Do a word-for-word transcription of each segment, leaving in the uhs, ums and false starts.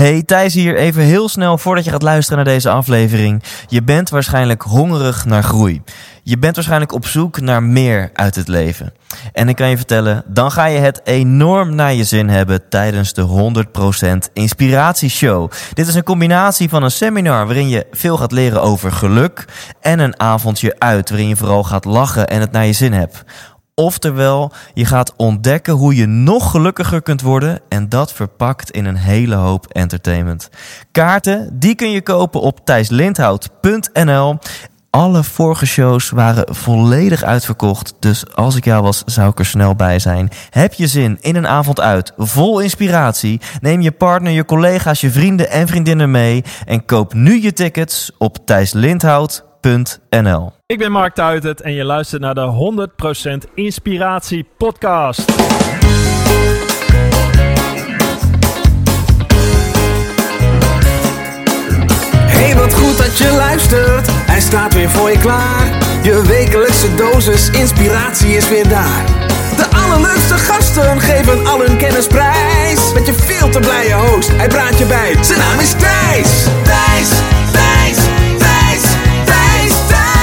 Hey, Thijs hier. Even heel snel voordat je gaat luisteren naar deze aflevering. Je bent waarschijnlijk hongerig naar groei. Je bent waarschijnlijk op zoek naar meer uit het leven. En ik kan je vertellen, dan ga je het enorm naar je zin hebben tijdens de honderd procent Inspiratieshow. Dit is een combinatie van een seminar waarin je veel gaat leren over geluk en een avondje uit waarin je vooral gaat lachen en het naar je zin hebt. Oftewel, je gaat ontdekken hoe je nog gelukkiger kunt worden en dat verpakt in een hele hoop entertainment. Kaarten, die kun je kopen op thijs lindhout punt n l. Alle vorige shows waren volledig uitverkocht, dus als ik jou was, zou ik er snel bij zijn. Heb je zin in een avond uit, vol inspiratie? Neem je partner, je collega's, je vrienden en vriendinnen mee en koop nu je tickets op thijs lindhout punt n l. Ik ben Mark Tuitert en je luistert naar de honderd procent Inspiratie podcast. Hey, wat goed dat je luistert. Hij staat weer voor je klaar. Je wekelijkse dosis inspiratie is weer daar. De allerleukste gasten geven al hun kennis prijs. Met je veel te blije host, hij praat je bij. Zijn naam is Thijs. Thijs, Thijs, Thijs, Thijs,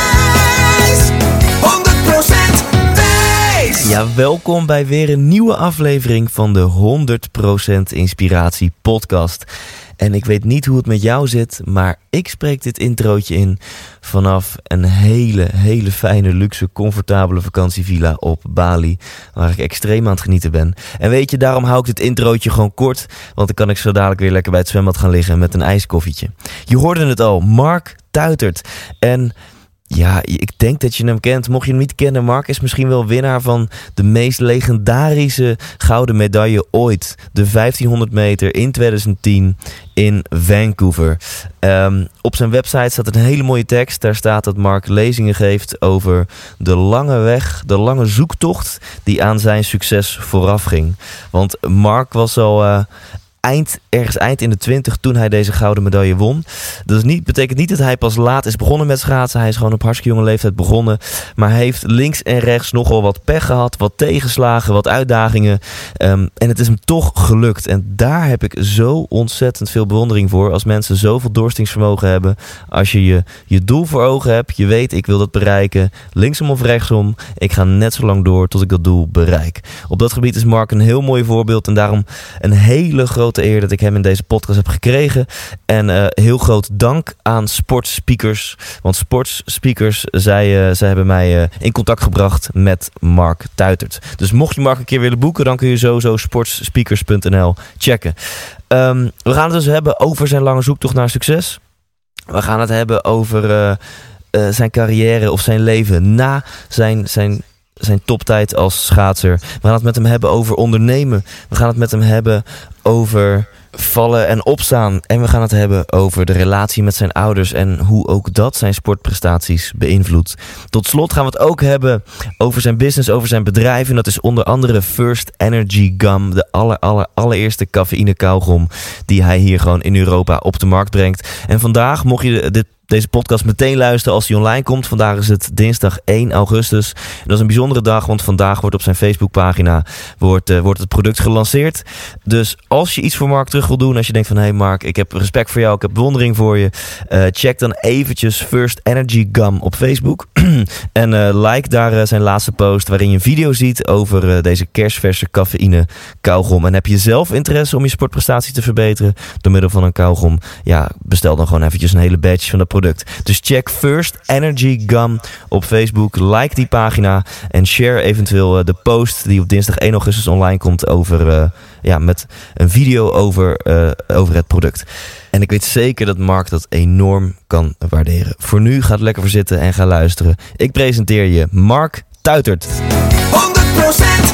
Thijs. honderd procent Thijs. Ja, welkom bij weer een nieuwe aflevering van de honderd procent Inspiratie podcast. En ik weet niet hoe het met jou zit, maar ik spreek dit introotje in vanaf een hele, hele fijne, luxe, comfortabele vakantievilla op Bali, waar ik extreem aan het genieten ben. En weet je, daarom hou ik dit introotje gewoon kort, want dan kan ik zo dadelijk weer lekker bij het zwembad gaan liggen met een ijskoffietje. Je hoorde het al, Mark Tuitert. En ja, ik denk dat je hem kent. Mocht je hem niet kennen, Mark is misschien wel winnaar van de meest legendarische gouden medaille ooit. De vijftienhonderd meter in twintig tien in Vancouver. Um, op zijn website staat een hele mooie tekst. Daar staat dat Mark lezingen geeft over de lange weg, de lange zoektocht die aan zijn succes vooraf ging. Want Mark was al Uh, Eind, ergens eind in de twintig toen hij deze gouden medaille won. Dat is niet, betekent niet dat hij pas laat is begonnen met schaatsen. Hij is gewoon op hartstikke jonge leeftijd begonnen. Maar hij heeft links en rechts nogal wat pech gehad. Wat tegenslagen, wat uitdagingen. Um, en het is hem toch gelukt. En daar heb ik zo ontzettend veel bewondering voor. Als mensen zoveel doorzettingsvermogen hebben. Als je, je je doel voor ogen hebt. Je weet, ik wil dat bereiken. Linksom of rechtsom. Ik ga net zo lang door tot ik dat doel bereik. Op dat gebied is Mark een heel mooi voorbeeld. En daarom een hele grote eer dat ik hem in deze podcast heb gekregen. En uh, heel groot dank aan Sportspeakers. Want Sportspeakers, zij, uh, zij hebben mij uh, in contact gebracht met Mark Tuitert. Dus mocht je Mark een keer willen boeken, dan kun je sowieso sportspeakers punt n l checken. Um, we gaan het dus hebben over zijn lange zoektocht naar succes. We gaan het hebben over uh, uh, zijn carrière of zijn leven na zijn zijn zijn toptijd als schaatser. We gaan het met hem hebben over ondernemen. We gaan het met hem hebben over vallen en opstaan. En we gaan het hebben over de relatie met zijn ouders en hoe ook dat zijn sportprestaties beïnvloedt. Tot slot gaan we het ook hebben over zijn business, over zijn bedrijf. En dat is onder andere First Energy Gum, de aller, aller, allereerste cafeïne kauwgom die hij hier gewoon in Europa op de markt brengt. En vandaag, mocht je dit Deze podcast meteen luisteren als die online komt. Vandaag is het dinsdag één augustus. En dat is een bijzondere dag, want vandaag wordt op zijn Facebookpagina wordt, uh, wordt het product gelanceerd. Dus als je iets voor Mark terug wil doen, als je denkt van hé hey Mark, ik heb respect voor jou, ik heb bewondering voor je. Uh, check dan eventjes First Energy Gum op Facebook. en uh, like daar uh, zijn laatste post waarin je een video ziet over uh, deze kerstverse cafeïne kauwgom. En heb je zelf interesse om je sportprestatie te verbeteren door middel van een kauwgom? Ja, bestel dan gewoon eventjes een hele badge van dat product. Dus check First Energy Gum op Facebook, like die pagina en share eventueel uh, de post die op dinsdag één augustus online komt over, uh, ja, met een video over, uh, over het product. En ik weet zeker dat Mark dat enorm kan waarderen. Voor nu, ga er lekker voor zitten en ga luisteren. Ik presenteer je Mark Tuitert. honderd procent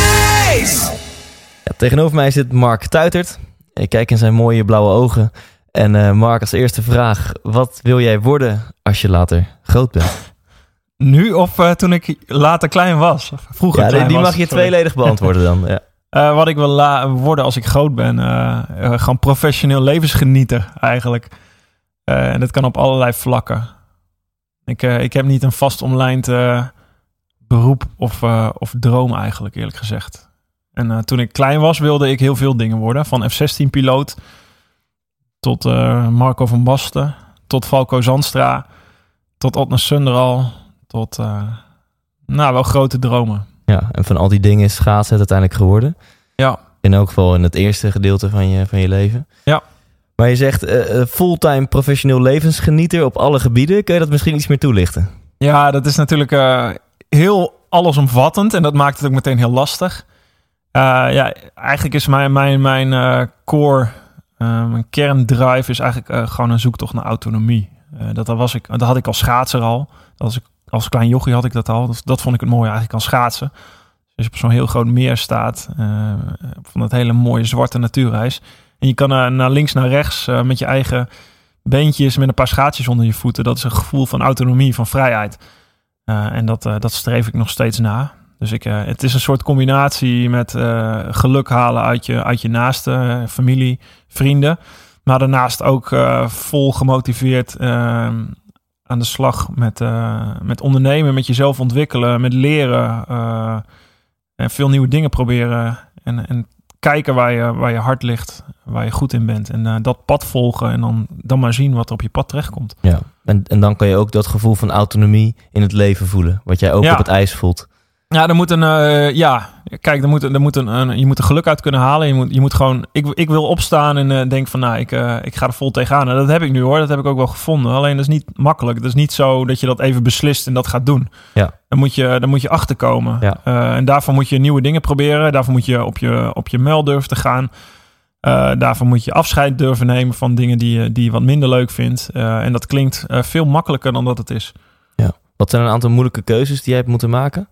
Thijs! Ja, tegenover mij zit Mark Tuitert. Ik kijk in zijn mooie blauwe ogen. En uh, Mark, als eerste vraag. Wat wil jij worden als je later groot bent? Nu of uh, toen ik later klein was? Vroeger ja, klein die was. mag je tweeledig beantwoorden dan. Ja. Uh, wat ik wil la- worden als ik groot ben. Uh, uh, gewoon professioneel levensgenieter eigenlijk. Uh, en dat kan op allerlei vlakken. Ik, uh, ik heb niet een vast omlijnd uh, beroep of, uh, of droom eigenlijk, eerlijk gezegd. En uh, toen ik klein was wilde ik heel veel dingen worden. Van F zestien piloot tot uh, Marco van Basten, tot Falco Zandstra, tot Otne Sunderal, tot uh, nou wel grote dromen. Ja, en van al die dingen is schaatsen het uiteindelijk geworden. Ja. In elk geval in het eerste gedeelte van je, van je leven. Ja. Maar je zegt uh, fulltime professioneel levensgenieter op alle gebieden. Kun je dat misschien iets meer toelichten? Ja, dat is natuurlijk uh, heel allesomvattend en dat maakt het ook meteen heel lastig. Uh, ja, eigenlijk is mijn, mijn, mijn uh, core, uh, mijn kerndrive is eigenlijk uh, gewoon een zoektocht naar autonomie. Uh, dat, dat, was ik, dat had ik als schaatser al. Dat was ik, als klein jochie had ik dat al. Dat, dat vond ik het mooie eigenlijk aan schaatsen. Dus als je op zo'n heel groot meer staat, uh, van dat hele mooie zwarte natuurijs. En je kan uh, naar links, naar rechts uh, met je eigen beentjes, met een paar schaatsjes onder je voeten. Dat is een gevoel van autonomie, van vrijheid. Uh, en dat, uh, dat streef ik nog steeds na. Dus ik, uh, het is een soort combinatie met uh, geluk halen uit je, uit je naaste, uh, familie, vrienden. Maar daarnaast ook uh, vol gemotiveerd uh, aan de slag met, uh, met ondernemen, met jezelf ontwikkelen, met leren. Uh, en veel nieuwe dingen proberen. En, en kijken waar je, waar je hart ligt, waar je goed in bent. En uh, dat pad volgen en dan, dan maar zien wat er op je pad terechtkomt. Ja, en, en dan kan je ook dat gevoel van autonomie in het leven voelen. Wat jij ook ja. op het ijs voelt. Ja, er moet een, uh, ja, kijk, er moet, er moet een, een, je moet er geluk uit kunnen halen. Je moet, je moet gewoon, ik, ik wil opstaan en uh, denk van, nou, ik, uh, ik ga er vol tegenaan. En dat heb ik nu hoor, dat heb ik ook wel gevonden. Alleen dat is niet makkelijk. Dat is niet zo dat je dat even beslist en dat gaat doen. Ja. Dan moet je, dan moet je achterkomen. Ja. Uh, en daarvoor moet je nieuwe dingen proberen. Daarvoor moet je op je, op je muil durven te gaan. Uh, daarvoor moet je afscheid durven nemen van dingen die je, die je wat minder leuk vindt. Uh, en dat klinkt uh, veel makkelijker dan dat het is. Ja. Wat zijn een aantal moeilijke keuzes die jij hebt moeten maken?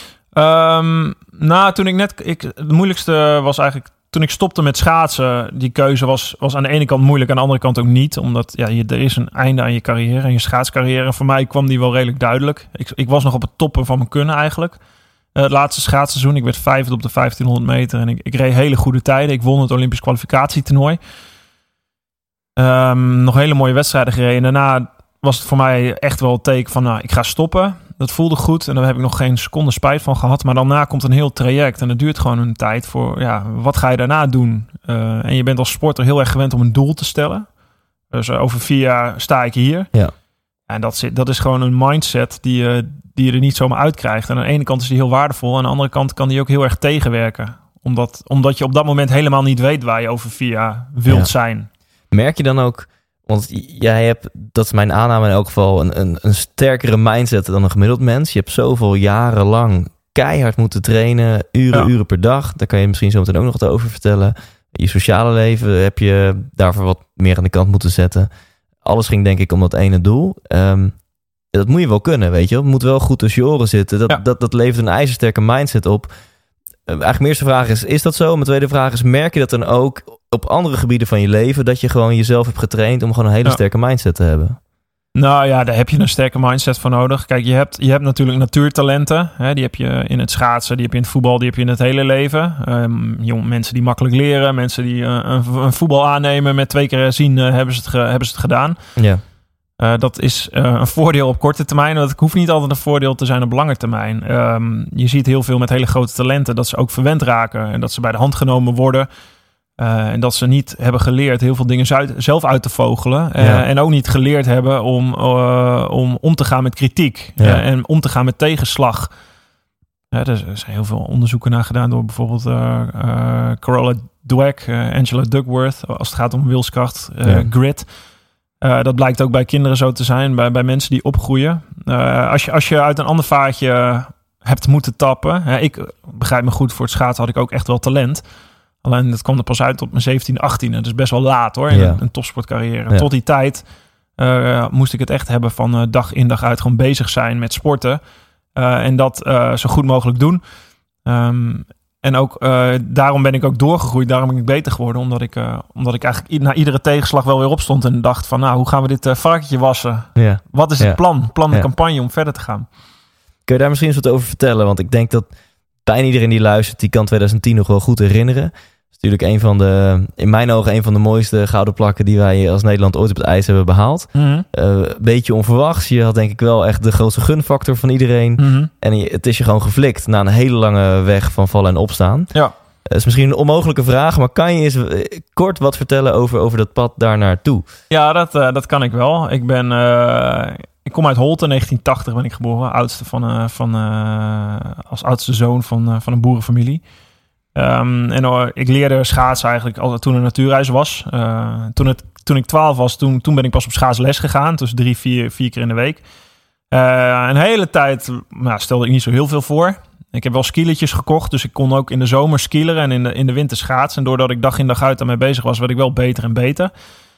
Um, nou, toen ik net... Ik, het moeilijkste was eigenlijk... Toen ik stopte met schaatsen, die keuze was, was aan de ene kant moeilijk, aan de andere kant ook niet. Omdat ja, je, er is een einde aan je carrière, aan je schaatscarrière. En voor mij kwam die wel redelijk duidelijk. Ik, ik was nog op het toppen van mijn kunnen eigenlijk. Uh, het laatste schaatsseizoen, ik werd vijfde op de vijftienhonderd meter. En ik, ik reed hele goede tijden. Ik won het Olympisch kwalificatietoernooi. Um, nog hele mooie wedstrijden gereden. En daarna was het voor mij echt wel het teken van, nou, ik ga stoppen. Dat voelde goed en daar heb ik nog geen seconde spijt van gehad. Maar daarna komt een heel traject en dat duurt gewoon een tijd voor, ja, wat ga je daarna doen? Uh, en je bent als sporter heel erg gewend om een doel te stellen. Dus uh, over vier jaar sta ik hier. Ja. En dat, zit, dat is gewoon een mindset die, uh, die je er niet zomaar uit krijgt. En aan de ene kant is die heel waardevol. En aan de andere kant kan die ook heel erg tegenwerken. Omdat, omdat je op dat moment helemaal niet weet waar je over vier jaar wilt ja. zijn. Merk je dan ook... Want jij hebt, dat is mijn aanname in elk geval, een, een, een sterkere mindset dan een gemiddeld mens. Je hebt zoveel jaren lang keihard moeten trainen, uren, ja. uren per dag. Daar kan je misschien zo meteen ook nog wat over vertellen. Je sociale leven heb je daarvoor wat meer aan de kant moeten zetten. Alles ging denk ik om dat ene doel. Um, dat moet je wel kunnen, weet je. Het moet wel goed tussen je oren zitten. Dat, ja. dat, dat levert een ijzersterke mindset op. Uh, eigenlijk mijn eerste vraag is, is dat zo? Mijn tweede vraag is, merk je dat dan ook op andere gebieden van je leven, dat je gewoon jezelf hebt getraind om gewoon een hele ja. sterke mindset te hebben? Nou ja, daar heb je een sterke mindset voor nodig. Kijk, je hebt, je hebt natuurlijk natuurtalenten. Hè? Die heb je in het schaatsen, die heb je in het voetbal, die heb je in het hele leven. Um, jong, mensen die makkelijk leren, mensen die uh, een, een voetbal aannemen met twee keer zien, uh, hebben, ze het ge, hebben ze het gedaan. Ja. Uh, dat is uh, een voordeel op korte termijn. Want het hoeft niet altijd een voordeel te zijn op lange termijn. Um, je ziet heel veel met hele grote talenten dat ze ook verwend raken en dat ze bij de hand genomen worden. Uh, en dat ze niet hebben geleerd heel veel dingen zuid, zelf uit te vogelen. Uh, ja. En ook niet geleerd hebben om, uh, om om te gaan met kritiek. Ja. Uh, en om te gaan met tegenslag. Uh, er zijn heel veel onderzoeken naar gedaan door bijvoorbeeld uh, uh, Carola Dweck, uh, Angela Duckworth. Als het gaat om wilskracht, uh, ja. grit. Uh, dat blijkt ook bij kinderen zo te zijn. Bij, bij mensen die opgroeien. Uh, als, je, als je uit een ander vaartje hebt moeten tappen. Uh, ik begrijp me goed, voor het schaatsen had ik ook echt wel talent. Alleen dat kwam er pas uit tot mijn zeventiende, achttiende. Dat is best wel laat hoor, in ja. een, een topsportcarrière. Ja. Tot die tijd uh, moest ik het echt hebben van uh, dag in dag uit gewoon bezig zijn met sporten. Uh, en dat uh, zo goed mogelijk doen. Um, en ook uh, daarom ben ik ook doorgegroeid. Daarom ben ik beter geworden. Omdat ik, uh, omdat ik eigenlijk na iedere tegenslag wel weer opstond. En dacht van, nou, hoe gaan we dit uh, varkentje wassen? Ja. Wat is ja. het plan? Plan de ja. campagne om verder te gaan. Kun je daar misschien eens wat over vertellen? Want ik denk dat bijna iedereen die luistert, die kan twintig tien nog wel goed herinneren. Dat is natuurlijk een van de, in mijn ogen, een van de mooiste gouden plakken die wij als Nederland ooit op het ijs hebben behaald. Mm-hmm. Uh, beetje onverwachts. Je had denk ik wel echt de grootste gunfactor van iedereen. Mm-hmm. En je, het is je gewoon geflikt na een hele lange weg van vallen en opstaan. Ja. is misschien een onmogelijke vraag, maar kan je eens uh, kort wat vertellen over, over dat pad daar naartoe? Ja, dat, uh, dat kan ik wel. Ik ben... Uh, ik kom uit Holten, negentien tachtig ben ik geboren. Oudste van, uh, van, uh, als oudste zoon van, uh, van een boerenfamilie. Um, en uh, ik leerde schaatsen eigenlijk al toen een natuurreis was. Uh, toen, het, toen ik twaalf was, toen, toen ben ik pas op schaatsles gegaan. Dus drie, vier, vier keer in de week. Uh, een hele tijd nou, stelde ik niet zo heel veel voor. Ik heb wel skieletjes gekocht, dus ik kon ook in de zomer skileren en in de, in de winter schaatsen. En doordat ik dag in dag uit daarmee bezig was, werd ik wel beter en beter.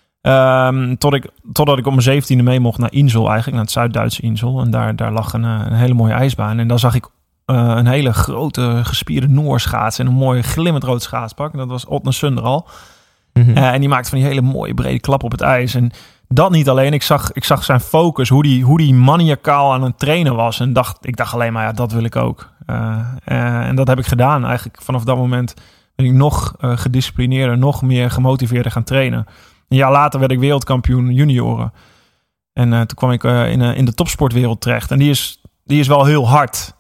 Um, tot ik, totdat ik op mijn zeventiende mee mocht naar Insel eigenlijk, naar het Zuid-Duitse Insel. En daar, daar lag een, een hele mooie ijsbaan. En daar zag ik uh, een hele grote gespierde Noor schaatsen en een mooi glimmend rood schaatspak. Dat was Otne Sunderal. Mm-hmm. Uh, en die maakte van die hele mooie brede klap op het ijs. En dat niet alleen. Ik zag, ik zag zijn focus, hoe die, hoe die maniacaal aan het trainen was. En dacht, ik dacht alleen maar, ja, dat wil ik ook. Uh, uh, en dat heb ik gedaan. Eigenlijk vanaf dat moment ben ik nog uh, gedisciplineerder, nog meer gemotiveerder gaan trainen. Een jaar later werd ik wereldkampioen junioren. En uh, toen kwam ik uh, in, uh, in de topsportwereld terecht. En die is, die is wel heel hard.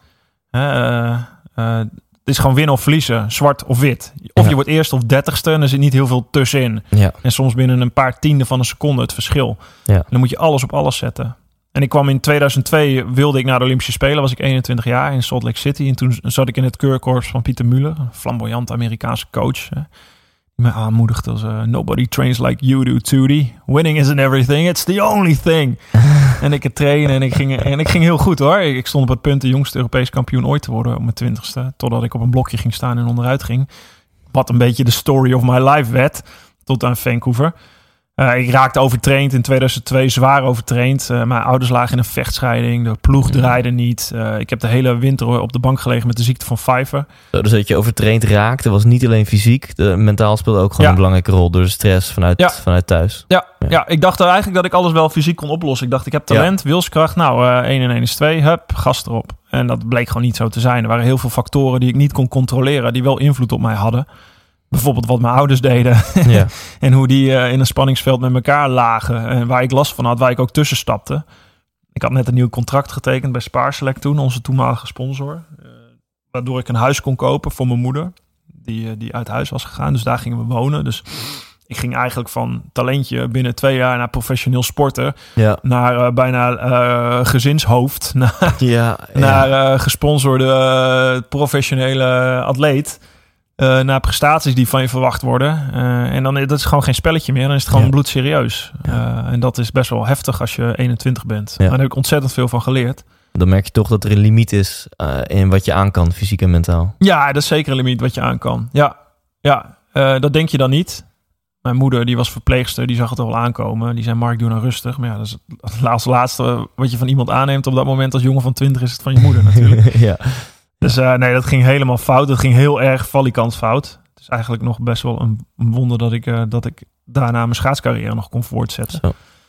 Uh, uh, het is gewoon winnen of verliezen. Zwart of wit. Of ja. je wordt eerste of dertigste en er zit niet heel veel tussenin. Ja. En soms binnen een paar tienden van een seconde het verschil. Ja. En dan moet je alles op alles zetten. En ik kwam in tweeduizend twee, wilde ik naar de Olympische Spelen. Was ik eenentwintig jaar in Salt Lake City. En toen zat ik in het keurkorps van Pieter Muller. Een flamboyant Amerikaanse coach. Hè. Die mij aanmoedigt als uh, nobody trains like you do, Tootie. Winning isn't everything, it's the only thing. En ik het trainen en ik, ging, en ik ging heel goed hoor. Ik stond op het punt de jongste Europees kampioen ooit te worden op mijn twintigste. Totdat ik op een blokje ging staan en onderuit ging. Wat een beetje de story of my life werd. Tot aan Vancouver. Uh, ik raakte overtraind in tweeduizend twee, zwaar overtraind. Uh, mijn ouders lagen in een vechtscheiding. De ploeg draaide niet. Uh, ik heb de hele winter op de bank gelegen met de ziekte van Pfeiffer. Zo, dus dat je overtraind raakte was niet alleen fysiek. De mentaal speelde ook gewoon ja. een belangrijke rol door de stress vanuit, ja. vanuit thuis. Ja. Ja. ja, ik dacht eigenlijk dat ik alles wel fysiek kon oplossen. Ik dacht, ik heb talent, ja. wilskracht. Nou, uh, één en één is twee. Hup, gas erop. En dat bleek gewoon niet zo te zijn. Er waren heel veel factoren die ik niet kon controleren. Die wel invloed op mij hadden. Bijvoorbeeld wat mijn ouders deden. Ja. En hoe die uh, in een spanningsveld met elkaar lagen. En waar ik last van had, waar ik ook tussen stapte. Ik had net een nieuw contract getekend bij Spaarselect toen, onze toenmalige sponsor. Uh, waardoor ik een huis kon kopen voor mijn moeder. Die, uh, die uit huis was gegaan. Dus daar gingen we wonen. Dus ik ging eigenlijk van talentje binnen twee jaar naar professioneel sporter. Ja. Naar uh, bijna uh, gezinshoofd. Naar, ja, ja. naar uh, gesponsorde uh, professionele atleet. Uh, naar prestaties die van je verwacht worden. Uh, en dan dat is gewoon geen spelletje meer. Dan is het gewoon ja. bloedserieus. Ja. Uh, en dat is best wel heftig als je eenentwintig bent. Ja. Daar heb ik ontzettend veel van geleerd. Dan merk je toch dat er een limiet is uh, in wat je aan kan, fysiek en mentaal. Ja, dat is zeker een limiet wat je aan kan. Ja, ja uh, dat denk je dan niet. Mijn moeder, die was verpleegster, die zag het al aankomen. Die zei, Mark, doe nou rustig. Maar ja, dat is het laatste, laatste wat je van iemand aanneemt op dat moment. Als jongen van twintig is het van je moeder natuurlijk. ja. Dus uh, nee, dat ging helemaal fout. Dat ging heel erg valikant fout. Het is eigenlijk nog best wel een, een wonder dat ik, uh, dat ik daarna mijn schaatscarrière nog kon voortzetten.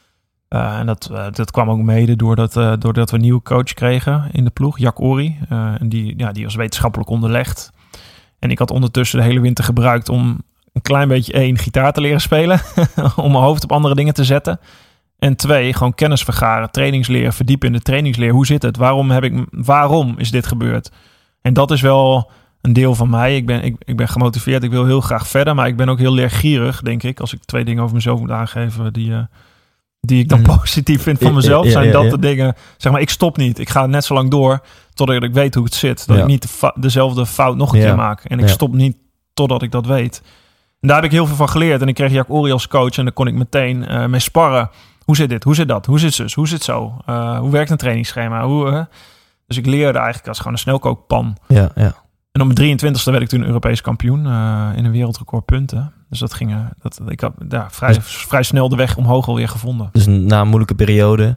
Uh, en dat, uh, dat kwam ook mede doordat, uh, doordat we een nieuwe coach kregen in de ploeg, Jack Ory. Uh, en die, ja, die was wetenschappelijk onderlegd. En ik had ondertussen de hele winter gebruikt om een klein beetje één, gitaar te leren spelen. Om mijn hoofd op andere dingen te zetten. En twee, gewoon kennis vergaren, trainingsleer, verdiepen in de trainingsleer. Hoe zit het? Waarom, heb ik, waarom is dit gebeurd? En dat is wel een deel van mij. Ik ben, ik, ik ben gemotiveerd, ik wil heel graag verder. Maar ik ben ook heel leergierig, denk ik. Als ik twee dingen over mezelf moet aangeven die, uh, die ik dan mm. positief vind van mezelf. Zijn ja, ja, ja. dat de dingen, zeg maar, ik stop niet. Ik ga net zo lang door totdat ik weet hoe het zit. Dat ja. ik niet de fa- dezelfde fout nog een ja. keer maak. En ik ja. stop niet totdat ik dat weet. En daar heb ik heel veel van geleerd. En ik kreeg Jack Ory als coach en dan kon ik meteen uh, mee sparren. Hoe zit dit? Hoe zit dat? Hoe zit zus? Hoe zit zo? Uh, hoe werkt een trainingsschema? Hoe, uh? Dus ik leerde eigenlijk als gewoon een snelkookpan. Ja, ja. En op mijn drieëntwintigste werd ik toen Europees kampioen uh, in een wereldrecord punten. Dus dat ging, uh, dat, ik had ja, vrij, dus, vrij snel de weg omhoog alweer gevonden. Dus na een moeilijke periode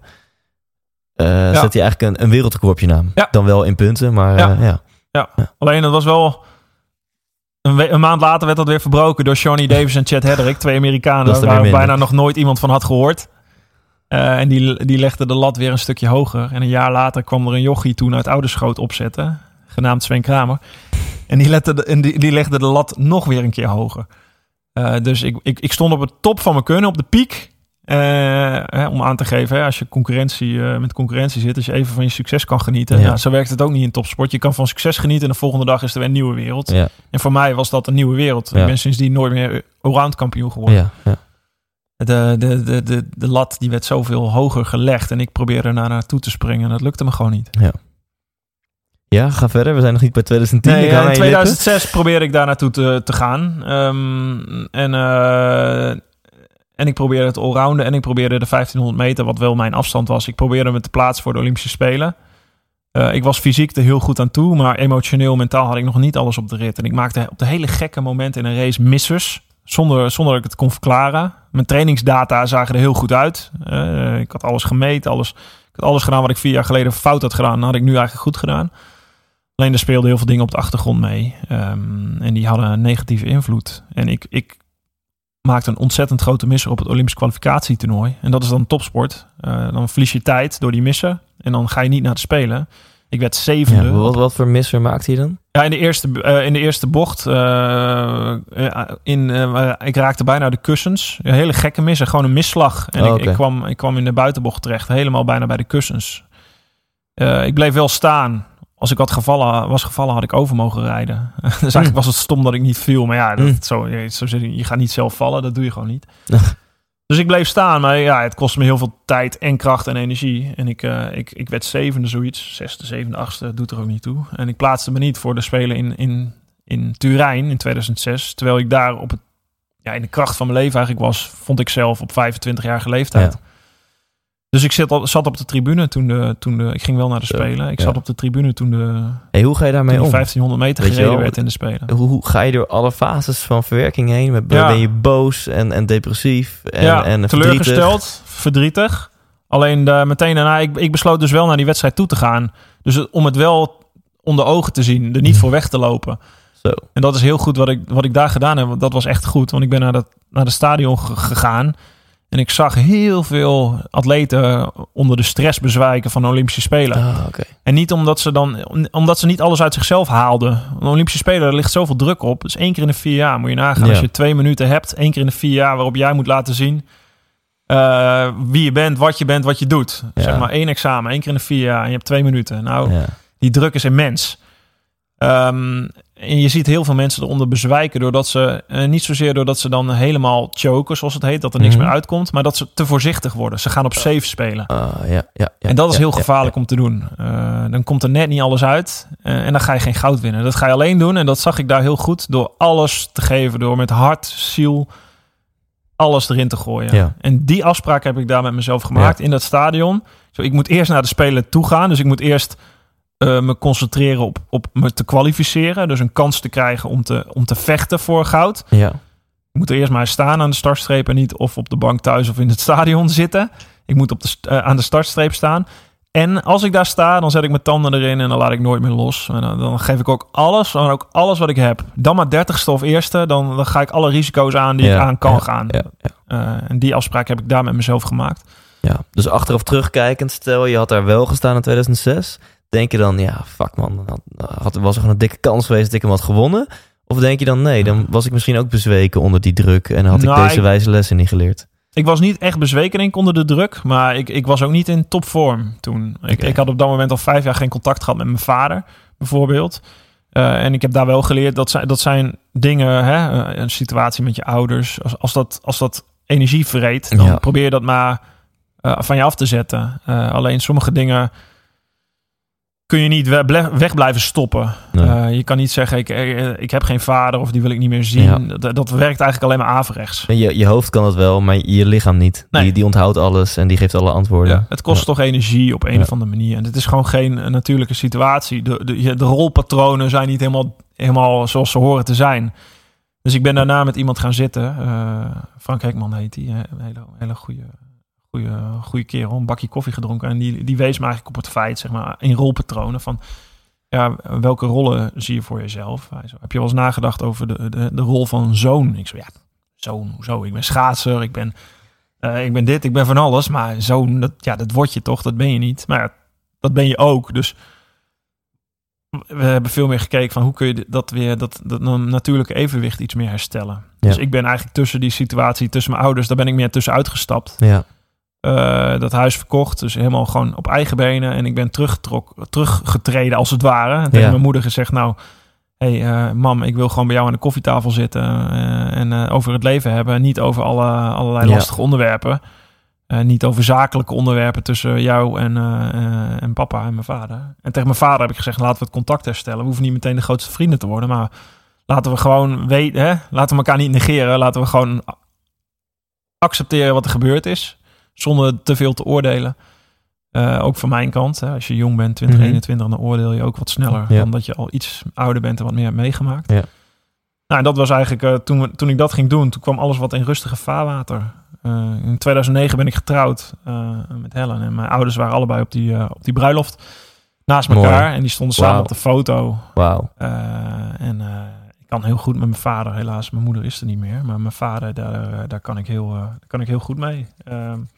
uh, ja. zet hij eigenlijk een, een wereldrecord op je naam. Ja. Dan wel in punten, maar ja. Uh, ja. ja. ja. Alleen dat was wel... Een, we- een maand later werd dat weer verbroken door Shawnee Davis en Chad Hedrick. Twee Amerikanen waar bijna nog nooit iemand van had gehoord. Uh, en die, die legde de lat weer een stukje hoger. En een jaar later kwam er een jochie toen uit Ouderschoot opzetten. Genaamd Sven Kramer. En die, lette de, en die, die legde de lat nog weer een keer hoger. Uh, dus ik, ik, ik stond op het top van mijn kunnen, op de piek. Uh, hè, om aan te geven, hè, als je concurrentie, uh, met concurrentie zit, als je even van je succes kan genieten. Ja. Nou, zo werkt het ook niet in topsport. Je kan van succes genieten en de volgende dag is er weer een nieuwe wereld. Ja. En voor mij was dat een nieuwe wereld. Ja. Ik ben sindsdien nooit meer allround kampioen geworden. Ja. Ja. De, de, de, de, de lat die werd zoveel hoger gelegd en ik probeerde er naar naartoe te springen en dat lukte me gewoon niet. Ja. Ja, ga verder. We zijn nog niet bij twintig tien. Nee, in tweeduizend zes probeerde ik daar naartoe te, te gaan. Um, en, uh, en ik probeerde het allrounden en ik probeerde de vijftienhonderd meter, wat wel mijn afstand was. Ik probeerde me te plaatsen voor de Olympische Spelen. Uh, ik was fysiek er heel goed aan toe, maar emotioneel, mentaal had ik nog niet alles op de rit. En ik maakte op de hele gekke momenten in een race missers, zonder, zonder dat ik het kon verklaren. Mijn trainingsdata zagen er heel goed uit. Uh, ik had alles gemeten, alles, ik had alles gedaan wat ik vier jaar geleden fout had gedaan. Dat had ik nu eigenlijk goed gedaan. Alleen er speelden heel veel dingen op de achtergrond mee. Um, en die hadden een negatieve invloed. En ik, ik maakte een ontzettend grote misser op het Olympisch kwalificatietoernooi. En dat is dan topsport. Uh, dan verlies je tijd door die missen. En dan ga je niet naar de Spelen. Ik werd zevende. Ja, wat, wat voor misser maakte je dan? Ja, in de eerste, uh, in de eerste bocht. Uh, in, uh, ik raakte bijna de kussens. Een hele gekke misser. Gewoon een misslag. En oh, ik, okay. ik, kwam, ik kwam in de buitenbocht terecht. Helemaal bijna bij de kussens. Uh, ik bleef wel staan. Als ik had gevallen, was gevallen, had ik over mogen rijden. Dus eigenlijk mm. was het stom dat ik niet viel. Maar ja, dat, mm. zo, zo, je gaat niet zelf vallen. Dat doe je gewoon niet. Dus ik bleef staan. Maar ja, het kostte me heel veel tijd en kracht en energie. En ik, uh, ik, ik werd zevende zoiets. Zesde, zevende, achtste. Doet er ook niet toe. En ik plaatste me niet voor de Spelen in, in, in Turijn in tweeduizend zes. Terwijl ik daar op het, ja, in de kracht van mijn leven eigenlijk was. Vond ik zelf op vijfentwintigjarige leeftijd. Ja. Dus ik zat op, zat op de tribune toen de, toen de... Ik ging wel naar de Spelen. Ik ja. zat op de tribune toen de... Hey, hoe ga je daarmee om? vijftienhonderd meter Weet gereden werd in de Spelen. Hoe, hoe ga je door alle fases van verwerking heen? Met, ja. Ben je boos en, en depressief? En, ja, en teleurgesteld, verdrietig. verdrietig. Alleen de, meteen daarna... Ik, ik besloot dus wel naar die wedstrijd toe te gaan. Dus het, om het wel onder ogen te zien. Er niet voor weg te lopen. Zo. En dat is heel goed wat ik, wat ik daar gedaan heb. Dat was echt goed. Want ik ben naar het naar de stadion gegaan... En ik zag heel veel atleten onder de stress bezwijken van de Olympische Spelen. Ah, okay. En niet omdat ze dan, omdat ze niet alles uit zichzelf haalden. De Olympische Spelen, daar ligt zoveel druk op. Dus één keer in de vier jaar moet je nagaan. Ja. Als je twee minuten hebt, één keer in de vier jaar waarop jij moet laten zien uh, wie je bent, wat je bent, wat je doet. Ja. Zeg maar één examen, één keer in de vier jaar en je hebt twee minuten. Nou, ja. Die druk is immens. Um, en je ziet heel veel mensen eronder bezwijken doordat ze, uh, niet zozeer doordat ze dan helemaal choken, zoals het heet, dat er niks mm-hmm. meer uitkomt, maar dat ze te voorzichtig worden. Ze gaan op safe spelen. Uh, ja, ja, ja, en dat is ja, heel gevaarlijk ja, ja. om te doen. Uh, dan komt er net niet alles uit uh, en dan ga je geen goud winnen. Dat ga je alleen doen en dat zag ik daar heel goed door alles te geven, door met hart, ziel, alles erin te gooien. Ja. En die afspraak heb ik daar met mezelf gemaakt ja. in dat stadion. Zo, ik moet eerst naar de Spelen toe gaan, dus ik moet eerst Uh, me concentreren op, op me te kwalificeren. Dus een kans te krijgen om te, om te vechten voor goud. Ja. Ik moet er eerst maar staan aan de startstreep en niet of op de bank thuis of in het stadion zitten. Ik moet op de, uh, aan de startstreep staan. En als ik daar sta, dan zet ik mijn tanden erin en dan laat ik nooit meer los. En dan, dan geef ik ook alles, dan ook alles wat ik heb. Dan maar dertigste of eerste, dan, dan ga ik alle risico's aan die ja, ik aan kan ja, gaan. Ja, ja. Uh, en die afspraak heb ik daar met mezelf gemaakt. Ja, dus achteraf terugkijkend, stel je had daar wel gestaan in tweeduizend zes... Denk je dan, ja, fuck man, had, was er gewoon een dikke kans geweest dat ik hem had gewonnen? Of denk je dan, nee, dan was ik misschien ook bezweken onder die druk en had nou, ik deze ik, wijze lessen niet geleerd? Ik was niet echt bezweken denk ik onder de druk, maar ik, ik was ook niet in topvorm toen. Ik, okay. ik had op dat moment al vijf jaar geen contact gehad met mijn vader, bijvoorbeeld. Uh, en ik heb daar wel geleerd, dat zijn, dat zijn dingen, hè, een situatie met je ouders. Als, als, dat, als dat energie vreet, dan ja. probeer je dat maar uh, van je af te zetten. Uh, alleen sommige dingen kun je niet weg blijven stoppen. Nee. Uh, je kan niet zeggen, ik, ik heb geen vader of die wil ik niet meer zien. Ja. Dat, dat werkt eigenlijk alleen maar averechts. Je, je hoofd kan het wel, maar je lichaam niet. Nee. Die, die onthoudt alles en die geeft alle antwoorden. Ja, het kost ja. toch energie op een ja. of andere manier. En het is gewoon geen natuurlijke situatie. De, de, de rolpatronen zijn niet helemaal, helemaal zoals ze horen te zijn. Dus ik ben daarna met iemand gaan zitten. Uh, Frank Hekman heet die. Een hele, hele goede... Goeie, goeie kerel, een bakje koffie gedronken. En die, die wees me eigenlijk op het feit, zeg maar, in rolpatronen van, ja, welke rollen zie je voor jezelf? Hij zo, heb je wel eens nagedacht over de, de, de rol van zoon? Ik zo, ja, zoon, hoezo? Ik ben schaatser, ik ben, uh, ik ben dit, ik ben van alles. Maar zoon, dat, ja, dat word je toch, dat ben je niet. Maar ja, dat ben je ook. Dus we hebben veel meer gekeken van hoe kun je dat weer, dat, dat natuurlijke evenwicht iets meer herstellen. Ja. Dus ik ben eigenlijk tussen die situatie, tussen mijn ouders, daar ben ik meer tussenuit gestapt. Ja. Uh, dat huis verkocht, dus helemaal gewoon op eigen benen. En ik ben teruggetrok, teruggetreden als het ware. En tegen Ja. mijn moeder gezegd, nou, hé hey, uh, mam, ik wil gewoon bij jou aan de koffietafel zitten uh, en uh, over het leven hebben. Niet over alle, allerlei Ja. lastige onderwerpen. Uh, niet over zakelijke onderwerpen tussen jou en, uh, uh, en papa en mijn vader. En tegen mijn vader heb ik gezegd, laten we het contact herstellen. We hoeven niet meteen de grootste vrienden te worden, maar laten we gewoon weten, hè? Laten we elkaar niet negeren. Laten we gewoon accepteren wat er gebeurd is, zonder te veel te oordelen. Uh, ook van mijn kant. Hè? Als je jong bent, twintig, Mm-hmm. eenentwintig, dan oordeel je ook wat sneller Ja. dan dat je al iets ouder bent en wat meer hebt meegemaakt. Ja. Nou, dat was eigenlijk, uh, toen, we, toen ik dat ging doen, toen kwam alles wat in rustige vaarwater. Uh, in tweeduizend negen ben ik getrouwd uh, met Helen. En mijn ouders waren allebei op die, uh, op die bruiloft naast elkaar. Mooi. En die stonden samen Wauw. op de foto. Wauw. Uh, en uh, ik kan heel goed met mijn vader. Helaas, mijn moeder is er niet meer. Maar mijn vader, daar, daar, kan, ik heel, uh, daar kan ik heel goed mee. Uh,